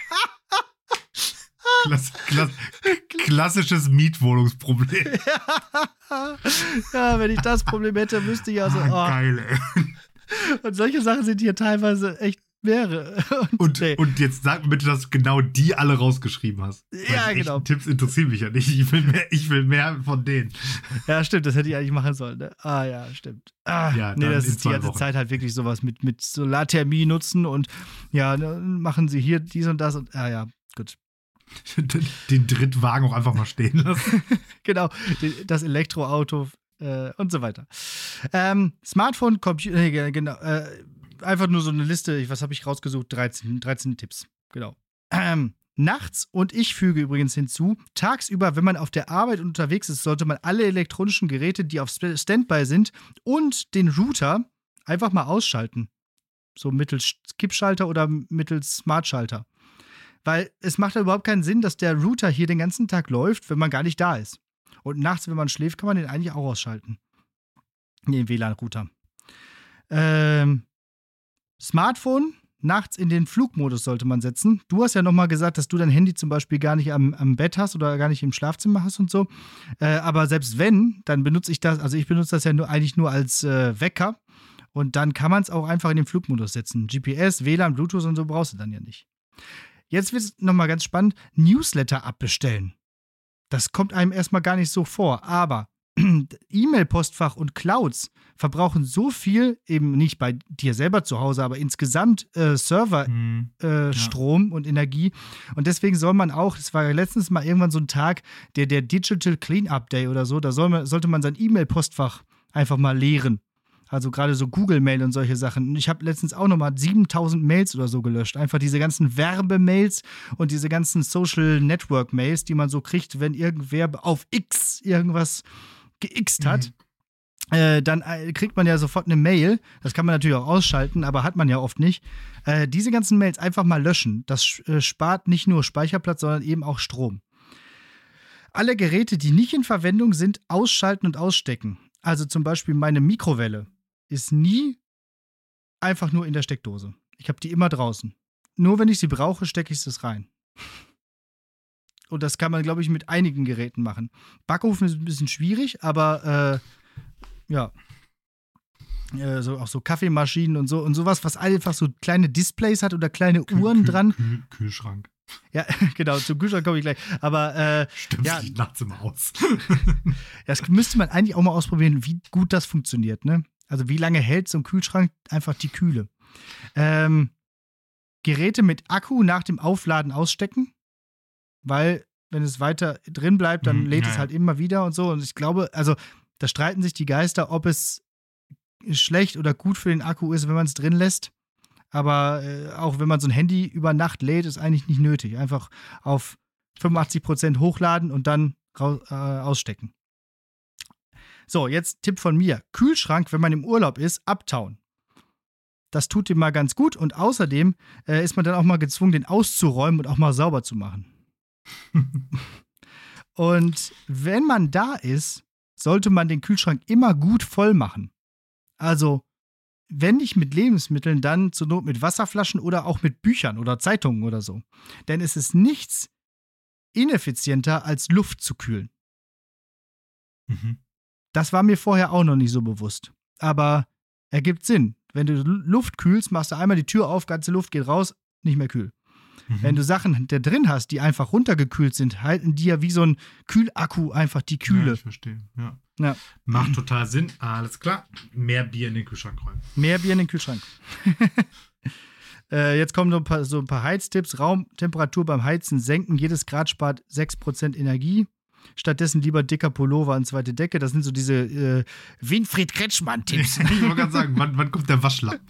Klass, klass, klassisches Mietwohnungsproblem. Ja. Ja, wenn ich das Problem hätte, müsste ich ja so. Oh. Geil, ey. Und solche Sachen sind hier teilweise echt mehrere. Und, und, nee. und jetzt sag mir bitte, dass du genau die alle rausgeschrieben hast. Ja, Weil genau. Tipps interessieren mich ja nicht. Ich will mehr, ich will mehr von denen. Ja, stimmt, das hätte ich eigentlich machen sollen. Ne? Ah, ja, stimmt. Ah, ja, nee, das ist die ganze Wochen. Zeit halt wirklich sowas mit, mit Solarthermie nutzen und ja, ne, machen sie hier dies und das und ah ja, gut. Den Drittwagen auch einfach mal stehen lassen. Genau, das Elektroauto äh, und so weiter. Ähm, Smartphone, Computer, äh, genau, äh, einfach nur so eine Liste, was habe ich rausgesucht? dreizehn, dreizehn Tipps, genau. Ähm, nachts, und ich füge übrigens hinzu, tagsüber, wenn man auf der Arbeit unterwegs ist, sollte man alle elektronischen Geräte, die auf Standby sind und den Router einfach mal ausschalten. So mittels Kippschalter oder mittels Smartschalter. Weil es macht ja überhaupt keinen Sinn, dass der Router hier den ganzen Tag läuft, wenn man gar nicht da ist. Und nachts, wenn man schläft, kann man den eigentlich auch ausschalten. Den W L A N-Router. Ähm, Smartphone nachts in den Flugmodus sollte man setzen. Du hast ja nochmal gesagt, dass du dein Handy zum Beispiel gar nicht am, am Bett hast oder gar nicht im Schlafzimmer hast und so. Äh, aber selbst wenn, dann benutze ich das, also ich benutze das ja nur, eigentlich nur als äh, Wecker. Und dann kann man es auch einfach in den Flugmodus setzen. G P S, W L A N, Bluetooth und so brauchst du dann ja nicht. Jetzt wird es nochmal ganz spannend. Newsletter abbestellen. Das kommt einem erstmal gar nicht so vor. Aber E-Mail-Postfach und Clouds verbrauchen so viel, eben nicht bei dir selber zu Hause, aber insgesamt äh, Serverstrom äh, ja. und Energie. Und deswegen soll man auch, das war letztens mal irgendwann so ein Tag, der, der Digital Cleanup Day oder so, da soll man, sollte man sein E-Mail-Postfach einfach mal leeren. Also gerade so Google-Mail und solche Sachen. Und ich habe letztens auch nochmal siebentausend Mails oder so gelöscht. Einfach diese ganzen Werbemails und diese ganzen Social-Network-Mails, die man so kriegt, wenn irgendwer auf X irgendwas geixt hat. Mhm. Äh, dann äh, kriegt man ja sofort eine Mail. Das kann man natürlich auch ausschalten, aber hat man ja oft nicht. Äh, diese ganzen Mails einfach mal löschen. Das äh, spart nicht nur Speicherplatz, sondern eben auch Strom. Alle Geräte, die nicht in Verwendung sind, ausschalten und ausstecken. Also zum Beispiel meine Mikrowelle ist nie einfach nur in der Steckdose. Ich habe die immer draußen. Nur wenn ich sie brauche, stecke ich es rein. Und das kann man, glaube ich, mit einigen Geräten machen. Backofen ist ein bisschen schwierig, aber äh, ja. Äh, so, auch so Kaffeemaschinen und so und sowas, was einfach so kleine Displays hat oder kleine Kühl, Uhren Kühl, dran. Kühl, Kühlschrank. Ja, genau, zum Kühlschrank komme ich gleich. Aber äh, Stimmt, ja, die nachts immer aus. Das müsste man eigentlich auch mal ausprobieren, wie gut das funktioniert, ne? Also wie lange hält so ein Kühlschrank einfach die Kühle? Ähm, Geräte mit Akku nach dem Aufladen ausstecken, weil wenn es weiter drin bleibt, dann lädt ja, es halt immer wieder und so. Und ich glaube, also da streiten sich die Geister, ob es schlecht oder gut für den Akku ist, wenn man es drin lässt. Aber äh, auch wenn man so ein Handy über Nacht lädt, ist eigentlich nicht nötig. Einfach auf fünfundachtzig Prozent hochladen und dann raus, äh, ausstecken. So, jetzt Tipp von mir. Kühlschrank, wenn man im Urlaub ist, abtauen. Das tut ihm mal ganz gut und außerdem äh, ist man dann auch mal gezwungen, den auszuräumen und auch mal sauber zu machen. Und wenn man da ist, sollte man den Kühlschrank immer gut voll machen. Also, wenn nicht mit Lebensmitteln, dann zur Not mit Wasserflaschen oder auch mit Büchern oder Zeitungen oder so. Denn es ist nichts ineffizienter, als Luft zu kühlen. Mhm. Das war mir vorher auch noch nicht so bewusst. Aber ergibt Sinn. Wenn du Luft kühlst, machst du einmal die Tür auf, ganze Luft geht raus, nicht mehr kühl. Mhm. Wenn du Sachen da drin hast, die einfach runtergekühlt sind, halten die ja wie so ein Kühlakku einfach die Kühle. Ja, ich verstehe, ja. Ja. Macht total Sinn, alles klar. Mehr Bier in den Kühlschrank räumen. Mehr Bier in den Kühlschrank. äh, jetzt kommen so ein, paar, so ein paar Heiztipps. Raumtemperatur beim Heizen senken. Jedes Grad spart sechs Prozent Energie. Stattdessen lieber dicker Pullover an zweite Decke. Das sind so diese äh, Winfried Kretschmann-Tipps. Ich wollte gerade sagen, wann, wann kommt der Waschlappen?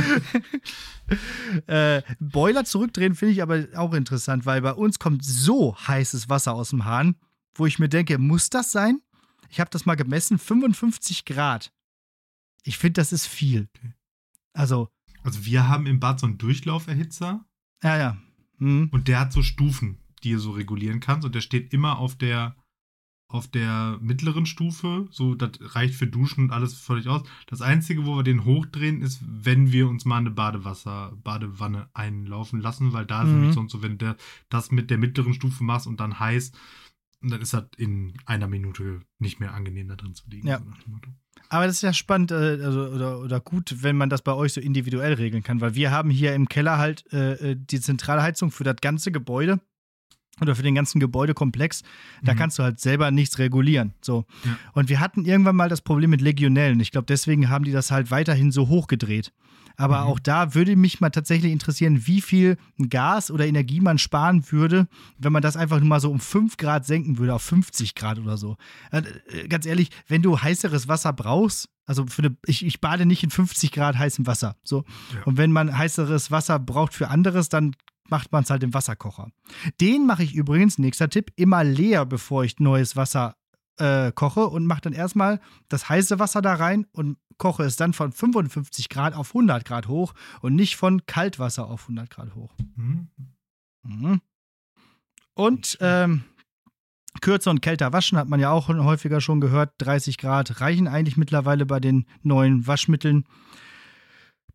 äh, Boiler zurückdrehen finde ich aber auch interessant, weil bei uns kommt so heißes Wasser aus dem Hahn, wo ich mir denke, muss das sein? Ich habe das mal gemessen, fünfundfünfzig Grad. Ich finde, das ist viel. Okay. Also, also wir haben im Bad so einen Durchlauferhitzer. Ja, ja. Mhm. Und der hat so Stufen, die du so regulieren kannst. Und der steht immer auf der, auf der mittleren Stufe. So, das reicht für Duschen und alles völlig aus. Das Einzige, wo wir den hochdrehen, ist, wenn wir uns mal eine Badewasser, Badewanne einlaufen lassen. Weil da ist Mhm. nämlich sonst so, wenn du das mit der mittleren Stufe machst und dann heiß, und dann ist das in einer Minute nicht mehr angenehm, da drin zu liegen. Ja. So nach dem Motto. Aber das ist ja spannend äh, also, oder, oder gut, wenn man das bei euch so individuell regeln kann, weil wir haben hier im Keller halt äh, die Zentralheizung für das ganze Gebäude oder für den ganzen Gebäudekomplex. Da Mhm. kannst du halt selber nichts regulieren. So. Ja. Und wir hatten irgendwann mal das Problem mit Legionellen. Ich glaube, deswegen haben die das halt weiterhin so hochgedreht. Aber Mhm. auch da würde mich mal tatsächlich interessieren, wie viel Gas oder Energie man sparen würde, wenn man das einfach nur mal so um fünf Grad senken würde, auf fünfzig Grad oder so. Äh, ganz ehrlich, wenn du heißeres Wasser brauchst, also für eine, ich, ich bade nicht in fünfzig Grad heißem Wasser. So. Ja. Und wenn man heißeres Wasser braucht für anderes, dann macht man es halt im Wasserkocher. Den mache ich übrigens, nächster Tipp, immer leer, bevor ich neues Wasser äh, koche und mache dann erstmal das heiße Wasser da rein und koche es dann von fünfundfünfzig Grad auf hundert Grad hoch und nicht von Kaltwasser auf hundert Grad hoch. Mhm. Mhm. Und ähm, kürzer und kälter waschen hat man ja auch häufiger schon gehört. dreißig Grad reichen eigentlich mittlerweile bei den neuen Waschmitteln.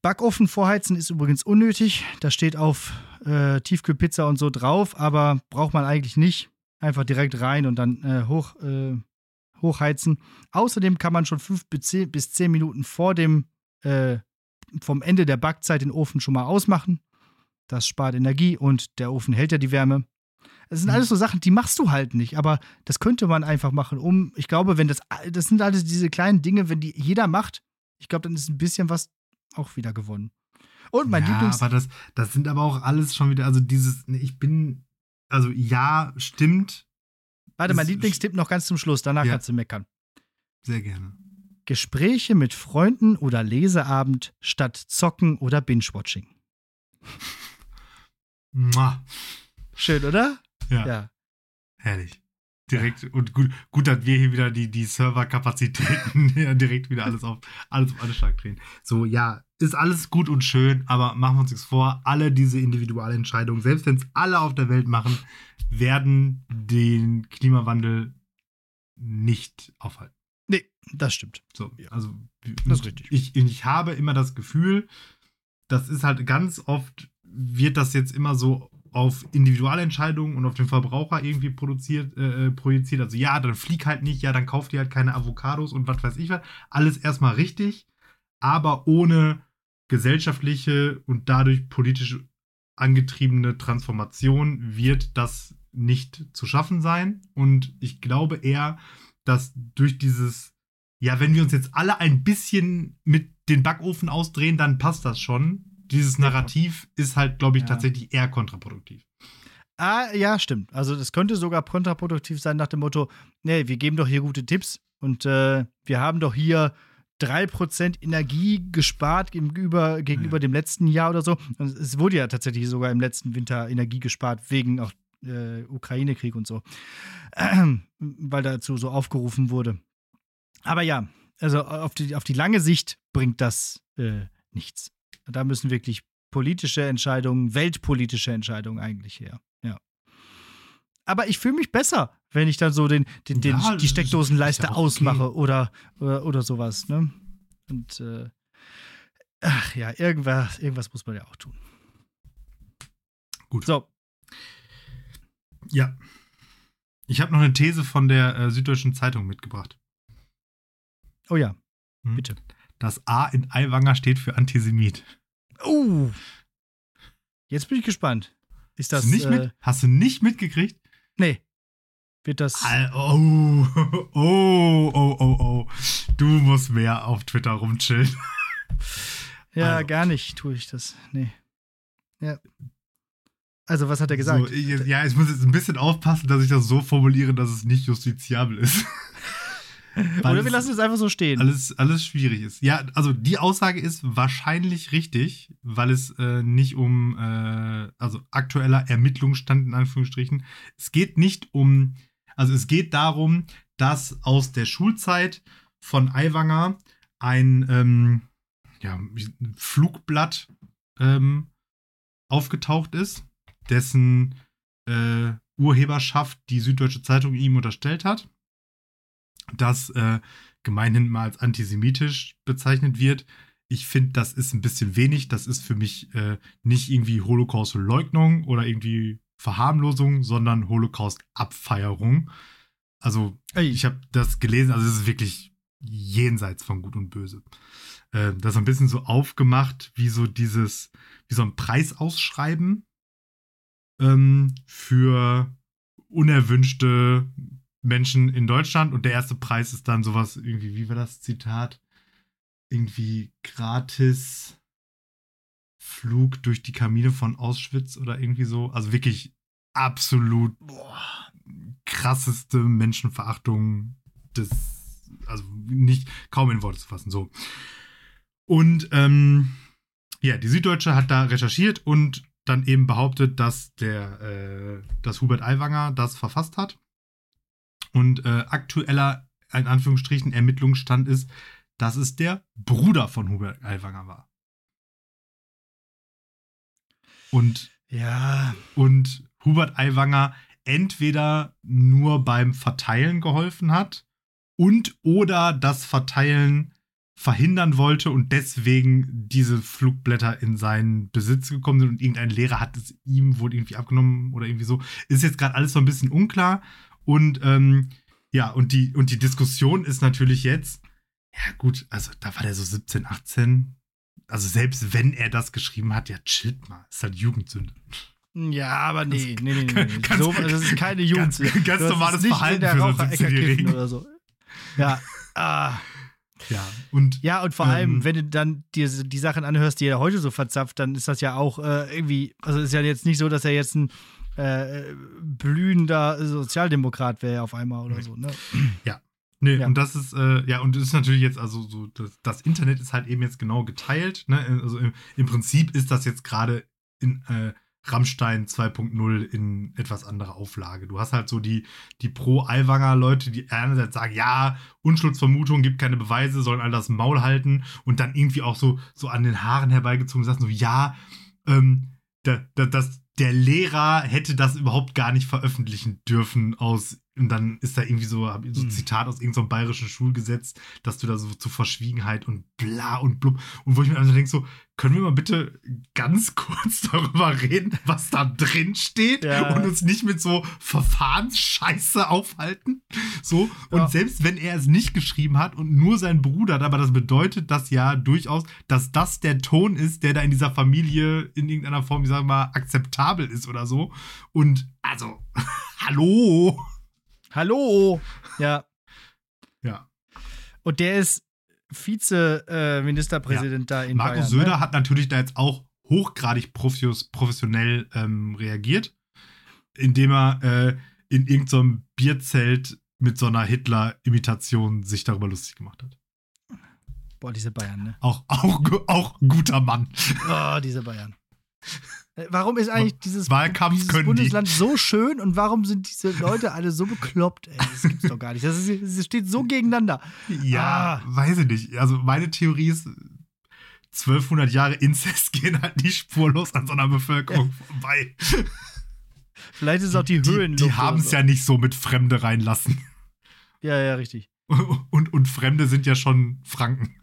Backofen vorheizen ist übrigens unnötig. Das steht auf äh, Tiefkühlpizza und so drauf, aber braucht man eigentlich nicht. Einfach direkt rein und dann äh, hoch, äh, hochheizen. Außerdem kann man schon fünf bis zehn Minuten vor dem äh, vom Ende der Backzeit den Ofen schon mal ausmachen. Das spart Energie und der Ofen hält ja die Wärme. Das sind alles so Sachen, die machst du halt nicht, aber das könnte man einfach machen, um, ich glaube, wenn das, das sind alles diese kleinen Dinge, wenn die jeder macht, ich glaube, dann ist ein bisschen was auch wieder gewonnen. Und mein ja, Lieblings... aber das, das sind aber auch alles schon wieder, also dieses, ich bin, also ja, stimmt. Warte, mein Lieblingstipp noch ganz zum Schluss, danach ja. kannst du meckern. Sehr gerne. Gespräche mit Freunden oder Leseabend statt Zocken oder Binge-Watching. Mua. Schön, oder? Ja. ja. Herrlich. Direkt, ja. Und gut, gut, dass wir hier wieder die, die Serverkapazitäten direkt wieder alles auf alles auf Anschlag drehen. So, ja, ist alles gut und schön, aber machen wir uns nichts vor, alle diese Individualentscheidungen, selbst wenn es alle auf der Welt machen, werden den Klimawandel nicht aufhalten. Nee, das stimmt. So, also das ist richtig. Ich, ich habe immer das Gefühl, das ist halt ganz oft, wird das jetzt immer so auf Individualentscheidungen und auf den Verbraucher irgendwie produziert, äh, projiziert. Also ja, dann flieg halt nicht, ja, dann kauft ihr halt keine Avocados und was weiß ich was. Alles erstmal richtig, aber ohne gesellschaftliche und dadurch politisch angetriebene Transformation wird das nicht zu schaffen sein. Und ich glaube eher, dass durch dieses, ja, wenn wir uns jetzt alle ein bisschen mit den Backofen ausdrehen, dann passt das schon. Dieses Narrativ ist halt, glaube ich, ja. tatsächlich eher kontraproduktiv. Ah, ja, stimmt. Also das könnte sogar kontraproduktiv sein nach dem Motto, nee, wir geben doch hier gute Tipps und äh, wir haben doch hier drei Prozent Energie gespart gegenüber, gegenüber ja. dem letzten Jahr oder so. Und es wurde ja tatsächlich sogar im letzten Winter Energie gespart, wegen auch äh, Ukraine-Krieg und so. Ähm, weil dazu so aufgerufen wurde. Aber ja, also auf die, auf die lange Sicht bringt das äh, nichts. Da müssen wirklich politische Entscheidungen, weltpolitische Entscheidungen eigentlich her. Ja. Aber ich fühle mich besser, wenn ich dann so den, den, den, ja, die Steckdosenleiste ja ausmache okay. oder, oder, oder sowas. Ne? Und äh, ach ja, irgendwas, irgendwas muss man ja auch tun. Gut. So. Ja. Ich habe noch eine These von der äh, Süddeutschen Zeitung mitgebracht. Oh ja, hm. bitte. Das A in Aiwanger steht für Antisemit. Oh. Jetzt bin ich gespannt. Ist das. Hast du nicht, äh, mit, hast du nicht mitgekriegt? Nee. Wird das. Oh, oh, oh, oh, oh. Du musst mehr auf Twitter rumchillen. Ja, also. gar nicht tue ich das. Nee. Ja. Also, was hat er gesagt? So, ich, ja, ich muss jetzt ein bisschen aufpassen, dass ich das so formuliere, dass es nicht justiziabel ist. Oder wir lassen es einfach so stehen. Alles, alles schwierig ist. Ja, also die Aussage ist wahrscheinlich richtig, weil es äh, nicht um, äh, also aktueller Ermittlungsstand in Anführungsstrichen. Es geht nicht um, also es geht darum, dass aus der Schulzeit von Aiwanger ein, ähm, ja, ein Flugblatt ähm, aufgetaucht ist, dessen äh, Urheberschaft die Süddeutsche Zeitung ihm unterstellt hat, das äh, gemeinhin mal als antisemitisch bezeichnet wird. Ich finde, das ist ein bisschen wenig. Das ist für mich äh, nicht irgendwie Holocaust-Leugnung oder irgendwie Verharmlosung, sondern Holocaust-Abfeierung. Also, Ey. ich habe das gelesen, also es ist wirklich jenseits von Gut und Böse. Äh, das ist ein bisschen so aufgemacht, wie so dieses, wie so ein Preisausschreiben ähm, für unerwünschte Menschen in Deutschland, und der erste Preis ist dann sowas irgendwie, wie war das Zitat? Irgendwie gratis Flug durch die Kamine von Auschwitz oder irgendwie so. Also wirklich absolut boah, krasseste Menschenverachtung des, also nicht, kaum in Worte zu fassen, so. Und ähm, ja, die Süddeutsche hat da recherchiert und dann eben behauptet, dass der, äh, dass Hubert Aiwanger das verfasst hat. Und äh, aktueller, in Anführungsstrichen, Ermittlungsstand ist, dass es der Bruder von Hubert Aiwanger war. Und, ja. und Hubert Aiwanger entweder nur beim Verteilen geholfen hat und oder das Verteilen verhindern wollte und deswegen diese Flugblätter in seinen Besitz gekommen sind und irgendein Lehrer hat es ihm wohl irgendwie abgenommen oder irgendwie so. Ist jetzt gerade alles so ein bisschen unklar. Und ähm, ja, und die, und die Diskussion ist natürlich jetzt, ja gut, also da war der so siebzehn, achtzehn. Also selbst wenn er das geschrieben hat, ja chillt mal, ist halt Jugendsünde. Ja, aber nee, nee, nee, nee. nee. Ganz, so, das ist keine Jugendsünde. Ganz, ganz normales Verhalten der für so siebzehnjährigen oder so. Ja, ah. Ja, und, ja, und vor ähm, allem, wenn du dann dir die Sachen anhörst, die er heute so verzapft, dann ist das ja auch äh, irgendwie, also ist ja jetzt nicht so, dass er jetzt ein äh, blühender Sozialdemokrat wäre auf einmal oder so, ne? Ja. Nee, ja. und das ist, äh, ja, und das ist natürlich jetzt, also so, das, das Internet ist halt eben jetzt genau geteilt, ne? Also im, im Prinzip ist das jetzt gerade in äh, Rammstein zwei Punkt null in etwas anderer Auflage. Du hast halt so die, die Pro-Aiwanger-Leute, die einerseits sagen, ja, Unschuldsvermutung, gibt keine Beweise, sollen all das Maul halten und dann irgendwie auch so, so an den Haaren herbeigezogen sagen, so, ja, ähm, da, da, das, der Lehrer hätte das überhaupt gar nicht veröffentlichen dürfen aus, und dann ist da irgendwie so, so ein Zitat aus irgendeinem bayerischen Schulgesetz, dass du da so zu Verschwiegenheit und bla und blub. Und wo ich mir also denke, so, können wir mal bitte ganz kurz darüber reden, was da drin steht ja. und uns nicht mit so Verfahrensscheiße aufhalten? So, und ja. selbst wenn er es nicht geschrieben hat und nur sein Bruder, aber das bedeutet das ja durchaus, dass das der Ton ist, der da in dieser Familie in irgendeiner Form, ich sag mal, akzeptabel ist oder so. Und also, hallo! Hallo! Ja. Ja. Und der ist Vize-Ministerpräsident äh, da in Markus Bayern. Söder ne? hat natürlich da jetzt auch hochgradig professionell ähm, reagiert, indem er äh, in irgendeinem Bierzelt mit so einer Hitler-Imitation sich darüber lustig gemacht hat. Boah, diese Bayern, ne? Auch, auch, auch guter Mann. Oh, diese Bayern. Warum ist eigentlich dieses, Wahlkampf dieses können Bundesland die. so schön und warum sind diese Leute alle so bekloppt? Ey, das gibt's doch gar nicht. Das, ist, das steht so gegeneinander. Ja, ah. weiß ich nicht. Also meine Theorie ist, zwölfhundert Jahre Inzest gehen halt nicht spurlos an so einer Bevölkerung ja. vorbei. Vielleicht ist es auch die, die Höhenluft. Die, die haben es so. ja nicht so mit Fremde reinlassen. Ja, ja, richtig. Und, und Fremde sind ja schon Franken.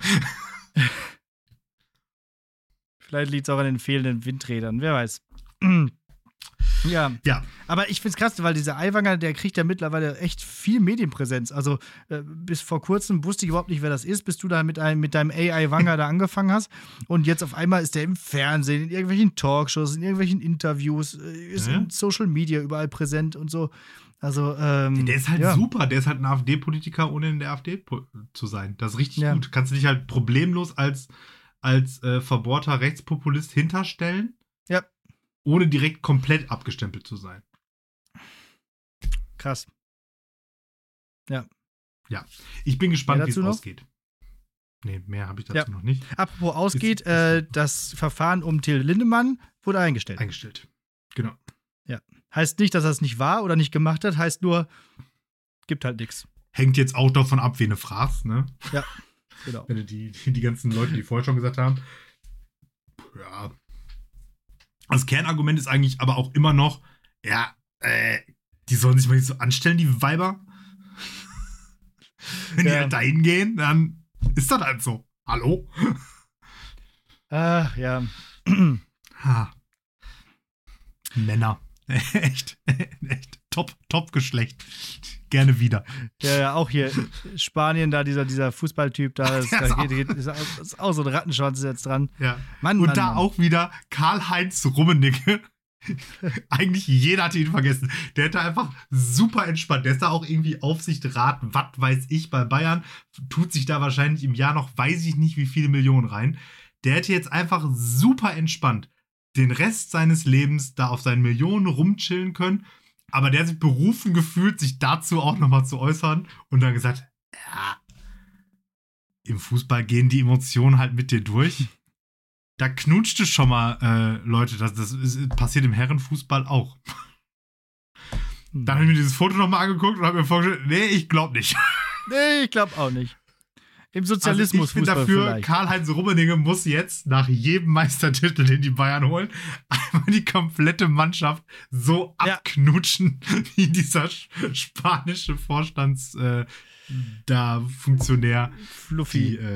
Vielleicht liegt es auch an den fehlenden Windrädern, wer weiß. ja. ja. Aber ich find's krass, weil dieser Aiwanger, der kriegt ja mittlerweile echt viel Medienpräsenz. Also äh, bis vor kurzem wusste ich überhaupt nicht, wer das ist, bis du da mit, einem, mit deinem A I-Wanger da angefangen hast. Und jetzt auf einmal ist der im Fernsehen, in irgendwelchen Talkshows, in irgendwelchen Interviews, äh, ist ja. in Social Media überall präsent und so. Also, ähm, der ist halt ja. super. Der ist halt ein AfD-Politiker, ohne in der AfD po- zu sein. Das ist richtig ja. gut. Kannst du dich halt problemlos als als äh, verbohrter Rechtspopulist hinterstellen, ja. ohne direkt komplett abgestempelt zu sein. Krass. Ja. Ja. Ich bin gespannt, wie es noch? ausgeht. Nee, mehr habe ich dazu ja. noch nicht. Apropos ausgeht, ist, äh, das Verfahren um Till Lindemann wurde eingestellt. Eingestellt. Genau. Ja. Heißt nicht, dass er es nicht war oder nicht gemacht hat, heißt nur, gibt halt nichts. Hängt jetzt auch davon ab, wen du fragst, ne? Ja. Genau. Wenn die, die, die ganzen Leute, die vorher schon gesagt haben, ja. Das Kernargument ist eigentlich aber auch immer noch, ja, äh, die sollen sich mal nicht so anstellen, die Weiber. Wenn ja. die halt dahin gehen, dann ist das halt so. Hallo? Ach, ja. ha. Männer. echt, echt. Top, top Geschlecht. Gerne wieder. Ja, ja, auch hier Spanien, da dieser, dieser Fußballtyp, da, ist, da geht, geht, ist, auch, ist auch so ein Rattenschwanz jetzt dran. Ja. Mann, Und Mann, da Mann. auch wieder Karl-Heinz Rummenigge. Eigentlich jeder hatte ihn vergessen. Der hätte einfach super entspannt. Der ist da auch irgendwie Aufsichtsrat, was weiß ich, bei Bayern. Tut sich da wahrscheinlich im Jahr noch, weiß ich nicht, wie viele Millionen rein. Der hätte jetzt einfach super entspannt den Rest seines Lebens da auf seinen Millionen rumchillen können. Aber der hat sich berufen gefühlt, sich dazu auch nochmal zu äußern und dann gesagt, ja, im Fußball gehen die Emotionen halt mit dir durch. Da knutscht es schon mal, äh, Leute, das, das ist, passiert im Herrenfußball auch. Dann habe ich mir dieses Foto nochmal angeguckt und habe mir vorgestellt, nee, ich glaube nicht. Nee, ich glaube auch nicht. Im Sozialismus. Also ich bin dafür, vielleicht. Karl-Heinz Rummenigge muss jetzt nach jedem Meistertitel, den die Bayern holen, einmal die komplette Mannschaft so ja. abknutschen, wie dieser spanische Vorstands äh, da Funktionär. Fluffy, die, äh, ja.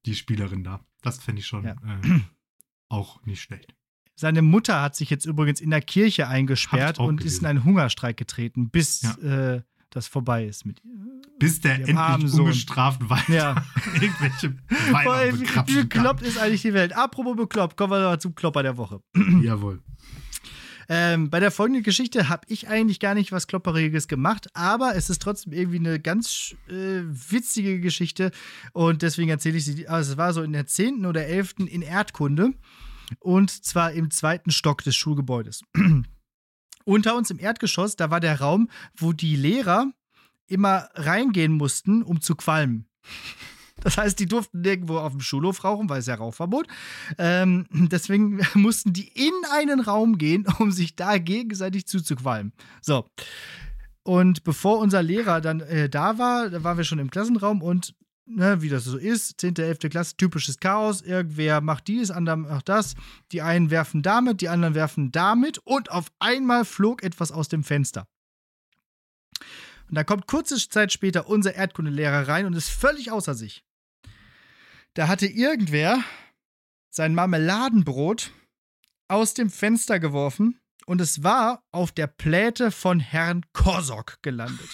die Spielerin da. Das fände ich schon Ja. äh, auch nicht schlecht. Seine Mutter hat sich jetzt übrigens in der Kirche eingesperrt auch und gelesen. ist in einen Hungerstreik getreten, bis Ja. äh, das vorbei ist mit ihr. Bis der Ihrem armen endlich Sohn. ungestraft weiter Ja. irgendwelche Boah, Weiber ey, wie, wie bekrapschen bekloppt kann. ist eigentlich die Welt? Apropos bekloppt, kommen wir doch zum Klopper der Woche. Jawohl. Ähm, bei der folgenden Geschichte habe ich eigentlich gar nicht was Klopperiges gemacht, aber es ist trotzdem irgendwie eine ganz äh, witzige Geschichte und deswegen erzähle ich sie. Also es war so in der zehnten oder elften in Erdkunde und zwar im zweiten Stock des Schulgebäudes. Unter uns im Erdgeschoss, da war der Raum, wo die Lehrer immer reingehen mussten, um zu qualmen. Das heißt, die durften nirgendwo auf dem Schulhof rauchen, weil es ja Rauchverbot. Ähm, deswegen mussten die in einen Raum gehen, um sich da gegenseitig zuzuqualmen. So. Und bevor unser Lehrer dann äh, da war, da waren wir schon im Klassenraum und ne, wie das so ist, zehnte, elfte Klasse, typisches Chaos. Irgendwer macht dies, andere macht das. Die einen werfen damit, die anderen werfen damit und auf einmal flog etwas aus dem Fenster. Und da kommt kurze Zeit später unser Erdkundelehrer rein und ist völlig außer sich. Da hatte irgendwer sein Marmeladenbrot aus dem Fenster geworfen und es war auf der Pläte von Herrn Kosok gelandet,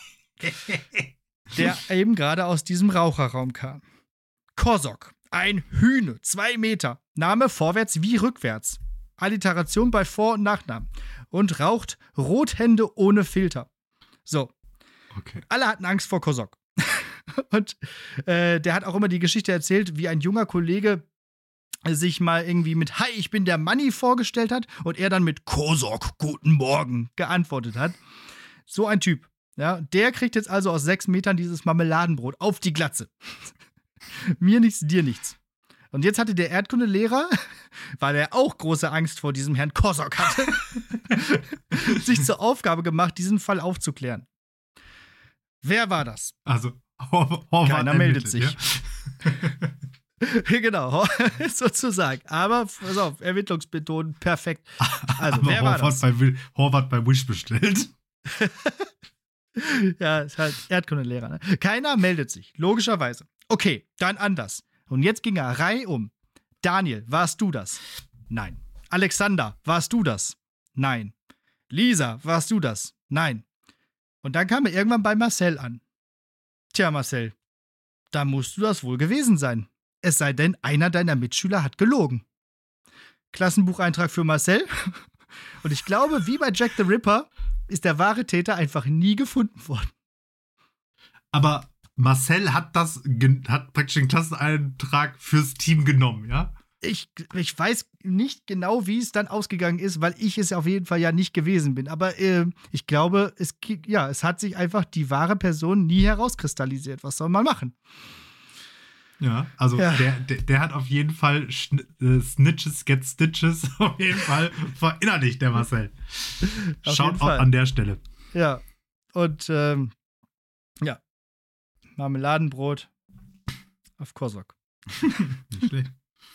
der eben gerade aus diesem Raucherraum kam. Kosok, ein Hühne, zwei Meter, Name vorwärts wie rückwärts, Alliteration bei Vor- und Nachnamen und raucht Rothände ohne Filter. So, Okay. alle hatten Angst vor Kosok. Und äh, der hat auch immer die Geschichte erzählt, wie ein junger Kollege sich mal irgendwie mit Hi, ich bin der Manni vorgestellt hat und er dann mit Kosok, guten Morgen geantwortet hat. So ein Typ. Ja, der kriegt jetzt also aus sechs Metern dieses Marmeladenbrot auf die Glatze. Mir nichts, dir nichts. Und jetzt hatte der Erdkundelehrer, weil er auch große Angst vor diesem Herrn Kosok hatte, sich zur Aufgabe gemacht, diesen Fall aufzuklären. Wer war das? Also, Hor Horvath Keiner meldet ermittelt, sich. Genau, sozusagen. Aber, pass auf, Ermittlungsmethoden, perfekt. Also, Aber wer war Horvath das? Bei, Wi- Horvath bei Wish bestellt. Ja, ist halt Erdkundelehrer. Ne? Keiner meldet sich, logischerweise. Okay, dann anders. Und jetzt ging er reihum. Daniel, warst du das? Nein. Alexander, warst du das? Nein. Lisa, warst du das? Nein. Und dann kam er irgendwann bei Marcel an. Tja, Marcel, da musst du das wohl gewesen sein. Es sei denn, einer deiner Mitschüler hat gelogen. Klassenbucheintrag für Marcel. Und ich glaube, wie bei Jack the Ripper, ist der wahre Täter einfach nie gefunden worden. Aber Marcel hat das, gen- hat praktisch den Klasseneintrag fürs Team genommen, ja? Ich, ich weiß nicht genau, wie es dann ausgegangen ist, weil ich es auf jeden Fall ja nicht gewesen bin. Aber äh, ich glaube, es, ki- ja, es hat sich einfach die wahre Person nie herauskristallisiert. Was soll man machen? Ja, also Ja. Der, der, der hat auf jeden Fall Schn äh, Snitches get Stitches auf jeden Fall verinnerlicht, der Marcel. Auf Schaut jeden Fall. an der Stelle. Ja. Und ähm, ja. Marmeladenbrot auf Kosok. Nicht schlecht.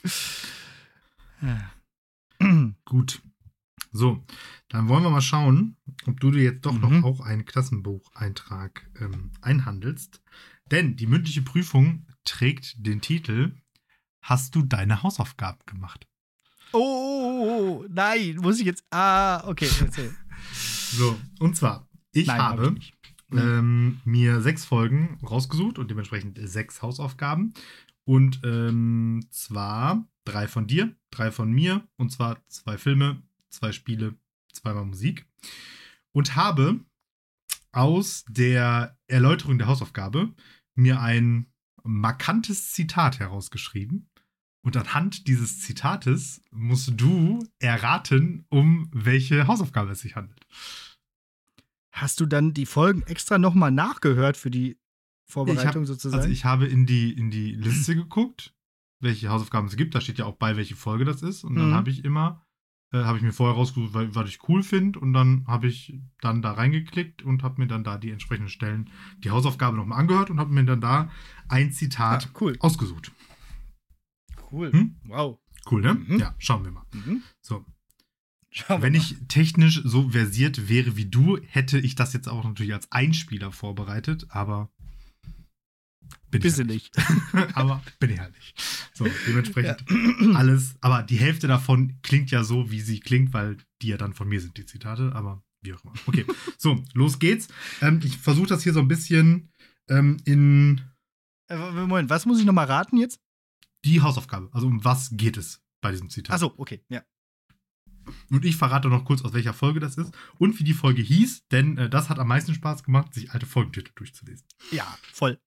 Ja. Gut. So, dann wollen wir mal schauen, ob du dir jetzt doch Mhm. noch auch einen Klassenbucheintrag ähm, einhandelst. Denn die mündliche Prüfung trägt den Titel Hast du deine Hausaufgaben gemacht? Oh, oh, oh, oh, nein, muss ich jetzt. Ah, okay, erzähl. So, und zwar, ich Nein, hab habe ich nicht. ähm, mir sechs Folgen rausgesucht und dementsprechend sechs Hausaufgaben. Und ähm, zwar drei von dir, drei von mir. Und zwar zwei Filme, zwei Spiele, zweimal Musik. Und habe aus der Erläuterung der Hausaufgabe mir ein markantes Zitat herausgeschrieben. Und anhand dieses Zitates musst du erraten, um welche Hausaufgabe es sich handelt. Hast du dann die Folgen extra nochmal nachgehört für die Vorbereitung ich hab, sozusagen? Also ich habe in die, in die Liste geguckt, welche Hausaufgaben es gibt. Da steht ja auch bei, welche Folge das ist. Und dann Mhm. habe ich immer, äh, habe ich mir vorher rausgesucht, weil- was ich cool finde. Und dann habe ich dann da reingeklickt und habe mir dann da die entsprechenden Stellen, die Hausaufgabe nochmal angehört und habe mir dann da ein Zitat Ah, cool. ausgesucht. Cool. Hm? Wow. Cool, ne? Mhm. Ja, schauen wir mal. Mhm. So. Schauen wir Wenn mal. ich technisch so versiert wäre wie du, hätte ich das jetzt auch natürlich als Einspieler vorbereitet, aber Bin Bist ich du halt nicht. aber bin ich halt nicht. So, dementsprechend alles. Aber die Hälfte davon klingt ja so, wie sie klingt, weil die ja dann von mir sind, die Zitate. Aber wie auch immer. Okay, so, los geht's. Ähm, ich versuche das hier so ein bisschen ähm, in Äh, Moment, was muss ich nochmal raten jetzt? die Hausaufgabe. Also um was geht es bei diesem Zitat? Achso, okay, ja. Und ich verrate noch kurz, aus welcher Folge das ist und wie die Folge hieß, denn äh, das hat am meisten Spaß gemacht, sich alte Folgentitel durchzulesen. Ja, voll.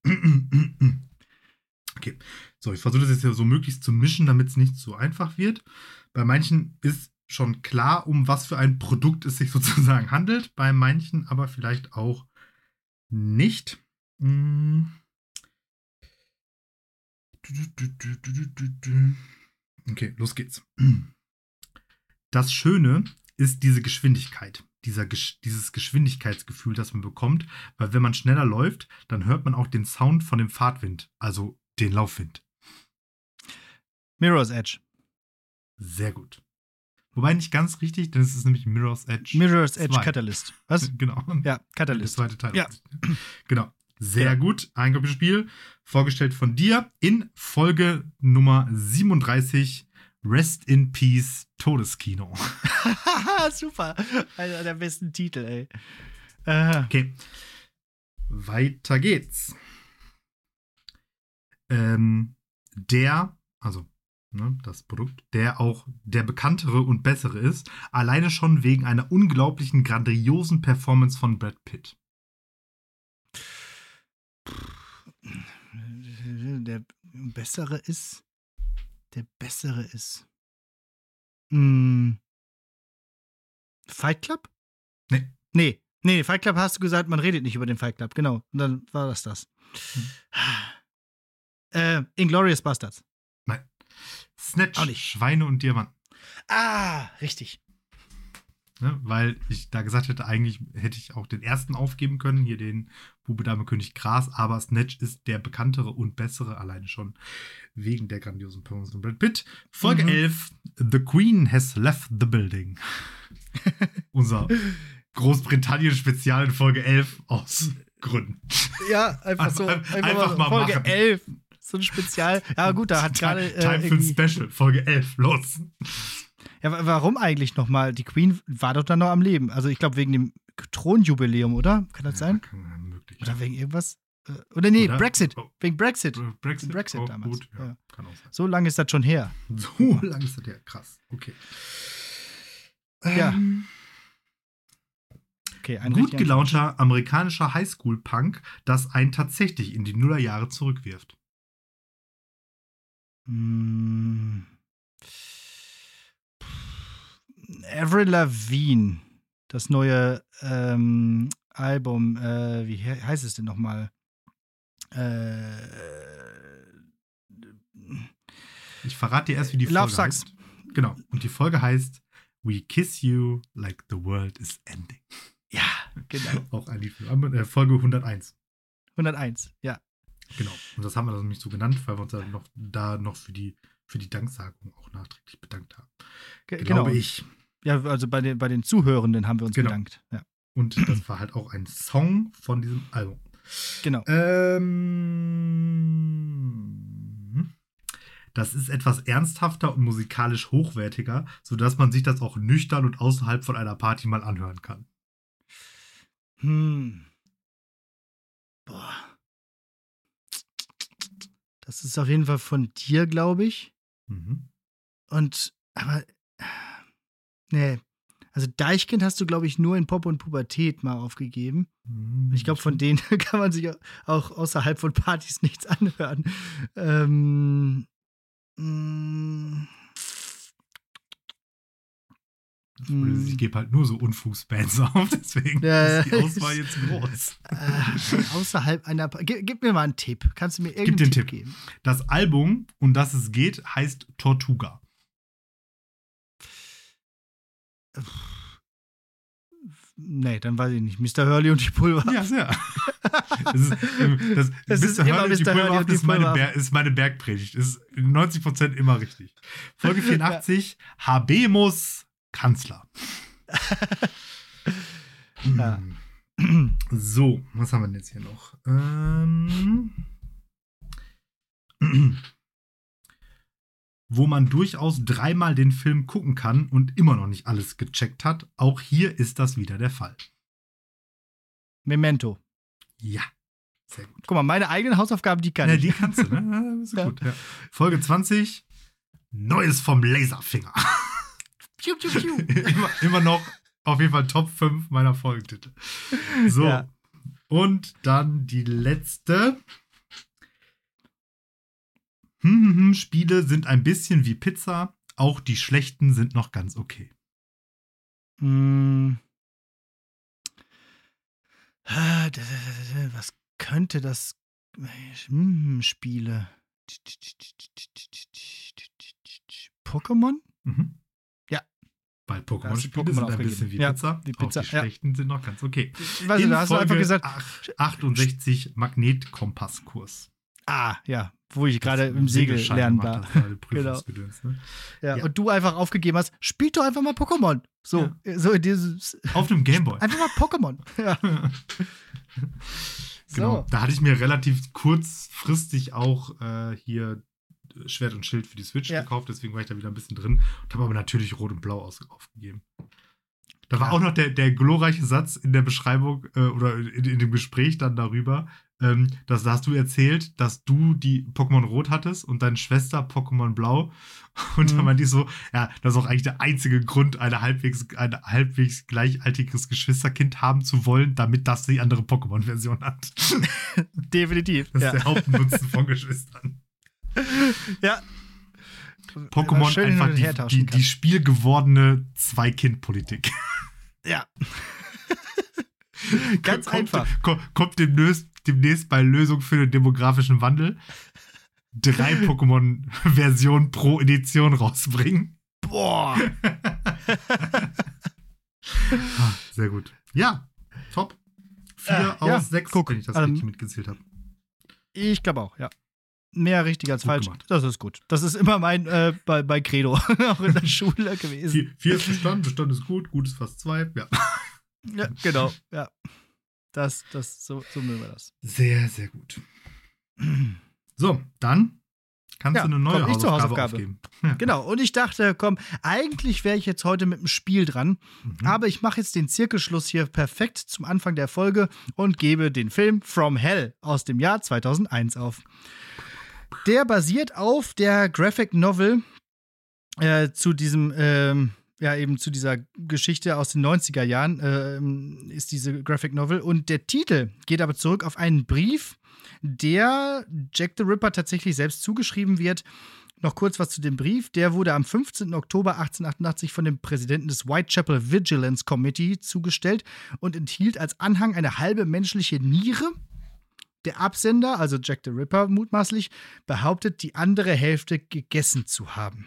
Okay, so, ich versuche das jetzt hier so möglichst zu mischen, damit es nicht so einfach wird. Bei manchen ist schon klar, um was für ein Produkt es sich sozusagen handelt, bei manchen aber vielleicht auch nicht. Hm. Okay, los geht's. Das Schöne ist diese Geschwindigkeit, dieser, dieses Geschwindigkeitsgefühl, das man bekommt, weil wenn man schneller läuft, dann hört man auch den Sound von dem Fahrtwind, also den Laufwind. Mirror's Edge. Sehr gut. Wobei nicht ganz richtig, denn es ist nämlich Mirror's Edge. Mirror's Edge zwei. Catalyst. Was? Genau. Ja, Catalyst. Der zweite Teil. Ja. Genau. Sehr Ja. gut. Ein Spiel vorgestellt von dir in Folge Nummer siebenunddreißig. Rest in Peace, Todeskino. Super. Einer der besten Titel, ey. Äh, Okay. Weiter geht's. Ähm, der, also ne, das Produkt, der auch der bekanntere und bessere ist, alleine schon wegen einer unglaublichen, grandiosen Performance von Brad Pitt. Der bessere ist. Der bessere ist. Hm. Fight Club? Nee. Nee. Nee, Fight Club hast du gesagt, man redet nicht über den Fight Club. Genau. Und dann war das das. Hm. Äh, Inglourious Bastards. Nein. Snatch, Auch nicht. Schweine und Diamanten. Ah, richtig. Ne, weil ich da gesagt hätte, eigentlich hätte ich auch den ersten aufgeben können, hier den Bube, Dame, König, Gras, aber Snatch ist der bekanntere und bessere, alleine schon wegen der grandiosen Performance von Brad Pitt. Folge Mhm. elf, The Queen has left the building. Unser Großbritannien-Spezial in Folge elf aus Gründen. Ja, einfach so. Einfach- Einfach, einfach mal, mal Folge machen. elf. So ein Spezial. Ja, gut, da hat gerade. Äh, Time für ein irgendwie- Special, Folge elf, los. Ja, wa- warum eigentlich nochmal? Die Queen war doch dann noch am Leben. Also, ich glaube, wegen dem Thronjubiläum, oder? Kann das sein? Ja, kann, möglich. Oder wegen irgendwas? Äh, Oder nee, Oder? Brexit. Oh. Wegen Brexit. Brexit, Brexit oh, damals. Gut, ja, Ja. kann auch sein. So lange ist das schon her. So lang ist das ja krass. Okay. Ja. Ähm, Okay, ein gut richtiger- gelaunter amerikanischer Highschool-Punk, das einen tatsächlich in die Nullerjahre zurückwirft. Mm. Avril Lavigne. Das neue ähm, Album. Äh, wie he heißt es denn nochmal? Äh, Ich verrate dir erst, wie die Love Folge Sucks. heißt. Genau. Und die Folge heißt We Kiss You Like the World is Ending. ja, genau. Auch ein Lied. Äh, Folge hunderteins. hunderteins, ja. Genau. Und das haben wir dann nämlich so genannt, weil wir uns da noch, da noch für die, für die Danksagung auch nachträglich bedankt haben. Ge Glaube genau. ich. Ja, also bei den, bei den Zuhörenden haben wir uns Genau. bedankt. Ja, Und das war halt auch ein Song von diesem Album. genau. Ähm, das ist etwas ernsthafter und musikalisch hochwertiger, sodass man sich das auch nüchtern und außerhalb von einer Party mal anhören kann. Hm. Boah. Das ist auf jeden Fall von dir, glaube ich. Mhm. Und, aber, nee. Also Deichkind hast du, glaube ich, nur in Pop und Pubertät mal aufgegeben. Mhm. Ich glaube, von denen kann man sich auch außerhalb von Partys nichts anhören. Ähm, mm, Mhm. Ich gebe halt nur so Unfugsbands auf, deswegen Ja, ist die ja. Auswahl jetzt groß. äh, außerhalb einer Pa- Gib, gib mir mal einen Tipp. Kannst du mir den irgendeinen Tipp. Tipp geben? Das Album, um das es geht, heißt Tortuga. Nee, dann weiß ich nicht. Mister Hurley und die Pulver. Ja, sehr. Das ist, ähm, das, Es ist Mister immer Hurley und die Mister Hurley Pulverhaft und die ist meine, Pulverhaft. Ber ist meine Bergpredigt. Ist neunzig Prozent immer richtig. Folge vierundachtzig, Habemus Kanzler. Ja. Hm. So, was haben wir denn jetzt hier noch? Ähm, wo man durchaus dreimal den Film gucken kann und immer noch nicht alles gecheckt hat. Auch hier ist das wieder der Fall. Memento. Ja, sehr gut. Guck mal, meine eigenen Hausaufgaben, die kann Ja, ich. die kannst du, ne? Das ist Ja. gut. Ja. Folge zwanzig, Neues vom Laserfinger. Piu, piu, piu. immer, immer noch auf jeden Fall Top fünf meiner Folgentitel. So, Ja. und dann die letzte. Hm, hm, hm, Spiele sind ein bisschen wie Pizza. Auch die schlechten sind noch ganz okay. Hm. Ah, d- d- d- d- Was könnte das hm, Spiele? Pokémon? Mhm. Ja. Weil Da hast du Pokémon-Spiele Pokémon sind ein aufgegeben. bisschen wie Ja, Pizza. wie Auch Pizza, die ja. schlechten sind noch ganz okay. Weißt du, In da hast du einfach Folge gesagt, ach- achtundsechzig Magnetkompasskurs. ah, ja, wo ich gerade Das im Segel Segelschein lernen gemacht war. hast, gerade Prüfungsgedöns, ne? Ja, Ja. und du einfach aufgegeben hast, spiel doch einfach mal Pokémon. So, so in dieses. Auf dem Gameboy. Einfach mal Pokémon. Ja. Genau, So. da hatte ich mir relativ kurzfristig auch äh, hier Schwert und Schild für die Switch Ja. gekauft, deswegen war ich da wieder ein bisschen drin und habe aber natürlich Rot und Blau aus aufgegeben. Da Klar. war auch noch der, der glorreiche Satz in der Beschreibung äh, oder in, in dem Gespräch dann darüber, ähm, dass, da hast du erzählt, dass du die Pokémon Rot hattest und deine Schwester Pokémon Blau. Und Mhm. dann meinte ich so, ja, das ist auch eigentlich der einzige Grund, eine halbwegs, ein halbwegs gleichaltriges Geschwisterkind haben zu wollen, damit das die andere Pokémon-Version hat. Definitiv. Das Ja. ist der Hauptnutzen von Geschwistern. Ja. Pokémon Schön hin einfach und die, her tauschen die, kann. die spielgewordene Zwei-Kind-Politik. Ja. Ganz kommt, einfach. Kommt, kommt demnächst, demnächst bei Lösung für den demografischen Wandel drei Pokémon-Versionen pro Edition rausbringen. Boah. Ah, sehr gut. Ja, top. Vier Äh, ja, aus sechs, guck, wenn ich das ähm, richtig mitgezählt habe. Ich glaube auch, ja. Mehr richtig als Gut falsch. gemacht. Das ist gut. Das ist immer mein äh, bei, bei Credo, auch in der Schule gewesen. Vier, vier ist Bestand, Bestand ist gut, gut ist fast zwei. Ja. Ja, genau. Ja. Das, das, so, so mögen wir das. Sehr, sehr gut. So, dann kannst Ja, du eine neue komm ich zur Hausaufgabe, Hausaufgabe. aufgeben. Ja. Genau. Und ich dachte, komm, eigentlich wäre ich jetzt heute mit dem Spiel dran, Mhm. aber ich mache jetzt den Zirkelschluss hier perfekt zum Anfang der Folge und gebe den Film From Hell aus dem Jahr zweitausendeins auf. Der basiert auf der Graphic Novel äh, zu diesem, ähm, ja, eben zu dieser Geschichte aus den neunziger Jahren, ähm, ist diese Graphic Novel. Und der Titel geht aber zurück auf einen Brief, der Jack the Ripper tatsächlich selbst zugeschrieben wird. Noch kurz was zu dem Brief. Der wurde am fünfzehnten Oktober achtzehnhundertachtundachtzig von dem Präsidenten des Whitechapel Vigilance Committee zugestellt und enthielt als Anhang eine halbe menschliche Niere. Der Absender, also Jack the Ripper mutmaßlich, behauptet, die andere Hälfte gegessen zu haben.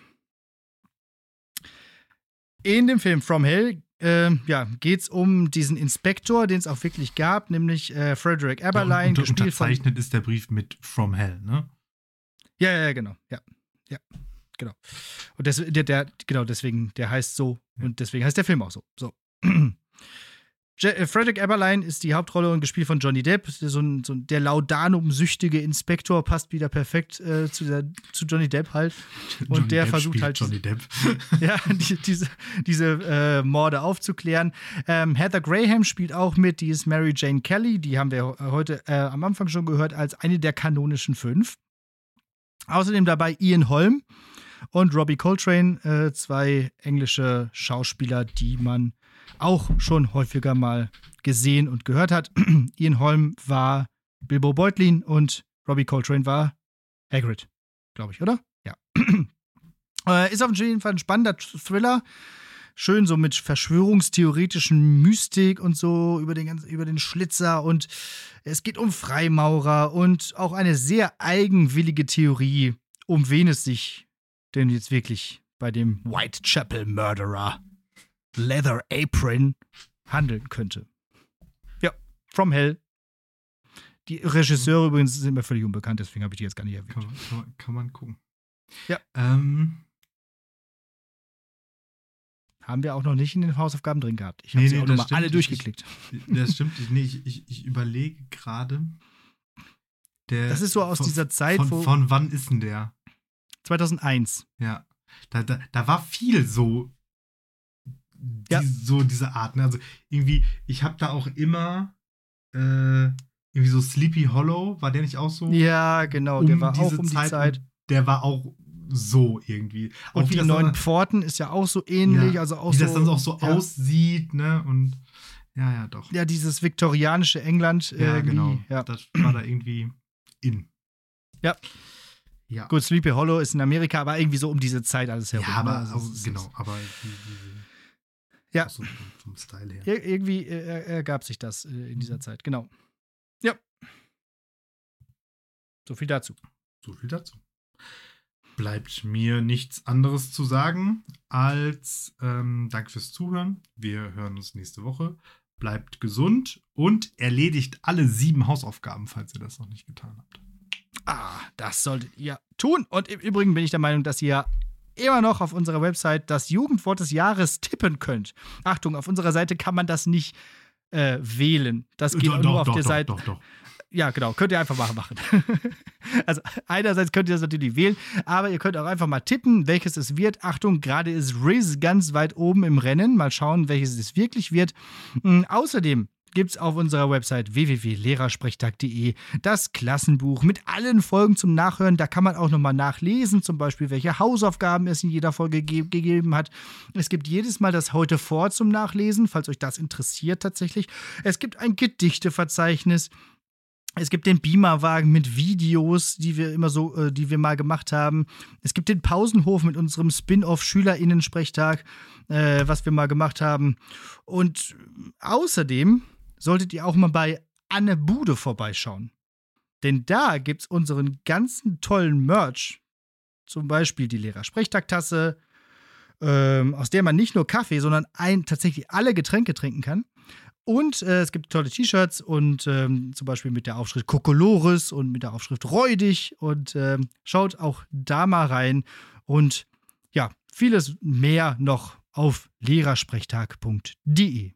In dem Film From Hell äh, ja, geht es um diesen Inspektor, den es auch wirklich gab, nämlich äh, Frederick Eberlein, Ja, und, und, gespielt von. unterzeichnet ist der Brief mit From Hell, ne? Ja, ja, genau. Ja, ja, genau. Und des, der, der, genau deswegen, der heißt so und deswegen heißt der Film auch so. So. Je- äh, Frederick Eberlein ist die Hauptrolle und gespielt von Johnny Depp. So ein, so ein, der Laudanum-süchtige Inspektor passt wieder perfekt äh, zu, der, zu Johnny Depp halt. Und Johnny der Depp versucht spielt halt Johnny Depp. ja, die, diese, diese äh, Morde aufzuklären. Ähm, Heather Graham spielt auch mit, die ist Mary Jane Kelly, die haben wir heute äh, am Anfang schon gehört, als eine der kanonischen fünf. Außerdem dabei Ian Holm und Robbie Coltrane, äh, zwei englische Schauspieler, die man auch schon häufiger mal gesehen und gehört hat. Ian Holm war Bilbo Beutlin und Robbie Coltrane war Hagrid, glaube ich, oder? Ja. Äh, ist auf jeden Fall ein spannender Thriller. Schön so mit verschwörungstheoretischen Mystik und so über den, ganzen, über den Schlitzer. Und es geht um Freimaurer und auch eine sehr eigenwillige Theorie, um wen es sich denn jetzt wirklich bei dem Whitechapel Murderer Leather Apron handeln könnte. Ja, From Hell. Die Regisseure übrigens sind mir völlig unbekannt, deswegen habe ich die jetzt gar nicht erwähnt. Kann man, kann man, kann man gucken. Ja. Ähm, Haben wir auch noch nicht in den Hausaufgaben drin gehabt. Ich habe Nee, sie nee, auch das nochmal stimmt. alle Ich- durchgeklickt. das stimmt. Ich, nee, ich, ich, ich überlege gerade. Der, Das ist so aus von, dieser Zeit, von, wo... Von wann ist denn der? zweitausendeins. Ja. Da, da, da war viel so, die, Ja. so diese Art. Ne? Also irgendwie, ich habe da auch immer äh, irgendwie so Sleepy Hollow, war der nicht auch so? Ja, genau, um der war diese auch um Zeit die Zeit. und der war auch so irgendwie. Und auch die wie das neuen dann, Pforten ist ja auch so ähnlich. ja, also auch wie so, das dann auch so ja, aussieht, ne? Und ja, ja, doch. ja, dieses viktorianische England. Ja, irgendwie, genau. Ja. Das war da irgendwie in. Ja. Ja. Gut, Sleepy Hollow ist in Amerika, aber irgendwie so um diese Zeit alles herum. Ja, aber ne? Also auch, es ist- genau, aber die, diese, Ja. auch so vom, vom Style her. Ir irgendwie äh, ergab sich das äh, in dieser Zeit, genau. Ja. So viel dazu. So viel dazu. Bleibt mir nichts anderes zu sagen als ähm, danke fürs Zuhören. Wir hören uns nächste Woche. Bleibt gesund und erledigt alle sieben Hausaufgaben, falls ihr das noch nicht getan habt. Ah, das solltet ihr tun. Und im Übrigen bin ich der Meinung, dass ihr immer noch auf unserer Website das Jugendwort des Jahres tippen könnt. Achtung, auf unserer Seite kann man das nicht äh, wählen. Das geht Doch, nur doch, auf doch, der doch, Seite. doch, doch. Ja, genau, könnt ihr einfach mal machen. Also einerseits könnt ihr das natürlich wählen, aber ihr könnt auch einfach mal tippen, welches es wird. Achtung, gerade ist Riz ganz weit oben im Rennen. Mal schauen, welches es wirklich wird. Mhm, außerdem gibt es auf unserer Website w w w punkt lehrersprechtag punkt de das Klassenbuch mit allen Folgen zum Nachhören. Da kann man auch nochmal nachlesen, zum Beispiel, welche Hausaufgaben es in jeder Folge ge gegeben hat. Es gibt jedes Mal das Heute vor zum Nachlesen, falls euch das interessiert tatsächlich. Es gibt ein Gedichteverzeichnis. Es gibt den Beamerwagen mit Videos, die wir immer so, äh, die wir mal gemacht haben. Es gibt den Pausenhof mit unserem Spin-off-SchülerInnen-Sprechtag, äh, was wir mal gemacht haben. Und außerdem solltet ihr auch mal bei Anne Bude vorbeischauen. Denn da gibt's unseren ganzen tollen Merch. Zum Beispiel die Lehrer-Sprechtag-Tasse, ähm, aus der man nicht nur Kaffee, sondern ein, tatsächlich alle Getränke trinken kann. Und äh, es gibt tolle T-Shirts und ähm, zum Beispiel mit der Aufschrift Kokolores und mit der Aufschrift Räudig. Und ähm, schaut auch da mal rein. Und ja, vieles mehr noch auf lehrersprechtag punkt de.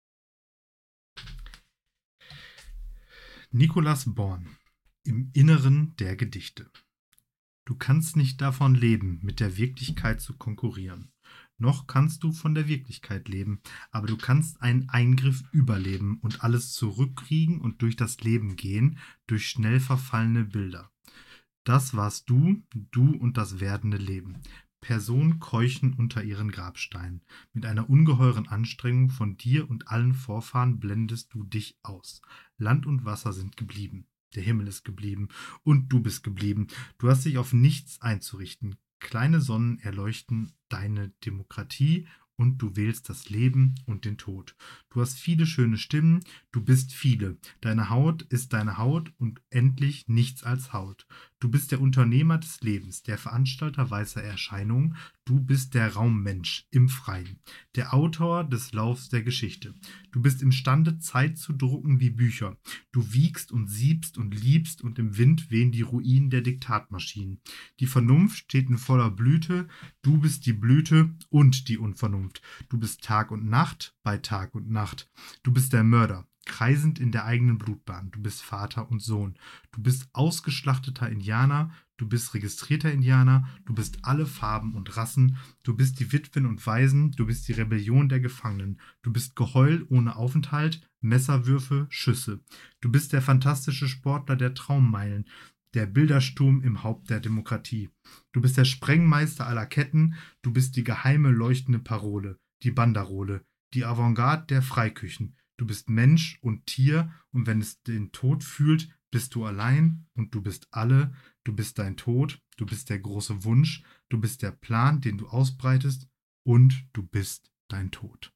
Nicolas Born. Im Inneren der Gedichte. Du kannst nicht davon leben, mit der Wirklichkeit zu konkurrieren. Noch kannst du von der Wirklichkeit leben, aber du kannst einen Eingriff überleben und alles zurückkriegen und durch das Leben gehen, durch schnell verfallene Bilder. Das warst du, du und das werdende Leben. Personen keuchen unter ihren Grabsteinen. Mit einer ungeheuren Anstrengung von dir und allen Vorfahren blendest du dich aus. Land und Wasser sind geblieben. Der Himmel ist geblieben und du bist geblieben. Du hast dich auf nichts einzurichten. Kleine Sonnen erleuchten deine Demokratie und du wählst das Leben und den Tod. Du hast viele schöne Stimmen, du bist viele. Deine Haut ist deine Haut und endlich nichts als Haut. Du bist der Unternehmer des Lebens, der Veranstalter weißer Erscheinungen. Du bist der Raummensch im Freien, der Autor des Laufs der Geschichte. Du bist imstande, Zeit zu drucken wie Bücher. Du wiegst und siebst und liebst und im Wind wehen die Ruinen der Diktatmaschinen. Die Vernunft steht in voller Blüte. Du bist die Blüte und die Unvernunft. Du bist Tag und Nacht bei Tag und Nacht. Du bist der Mörder, kreisend in der eigenen Blutbahn. Du bist Vater und Sohn. Du bist ausgeschlachteter Indianer. Du bist registrierter Indianer. Du bist alle Farben und Rassen. Du bist die Witwen und Waisen. Du bist die Rebellion der Gefangenen. Du bist Geheul ohne Aufenthalt, Messerwürfe, Schüsse. Du bist der fantastische Sportler der Traummeilen. Der Bildersturm im Haupt der Demokratie. Du bist der Sprengmeister aller Ketten. Du bist die geheime leuchtende Parole, die Banderole, die Avantgarde der Freiküchen. Du bist Mensch und Tier und wenn es den Tod fühlt, bist du allein und du bist alle. Du bist dein Tod, du bist der große Wunsch, du bist der Plan, den du ausbreitest und du bist dein Tod.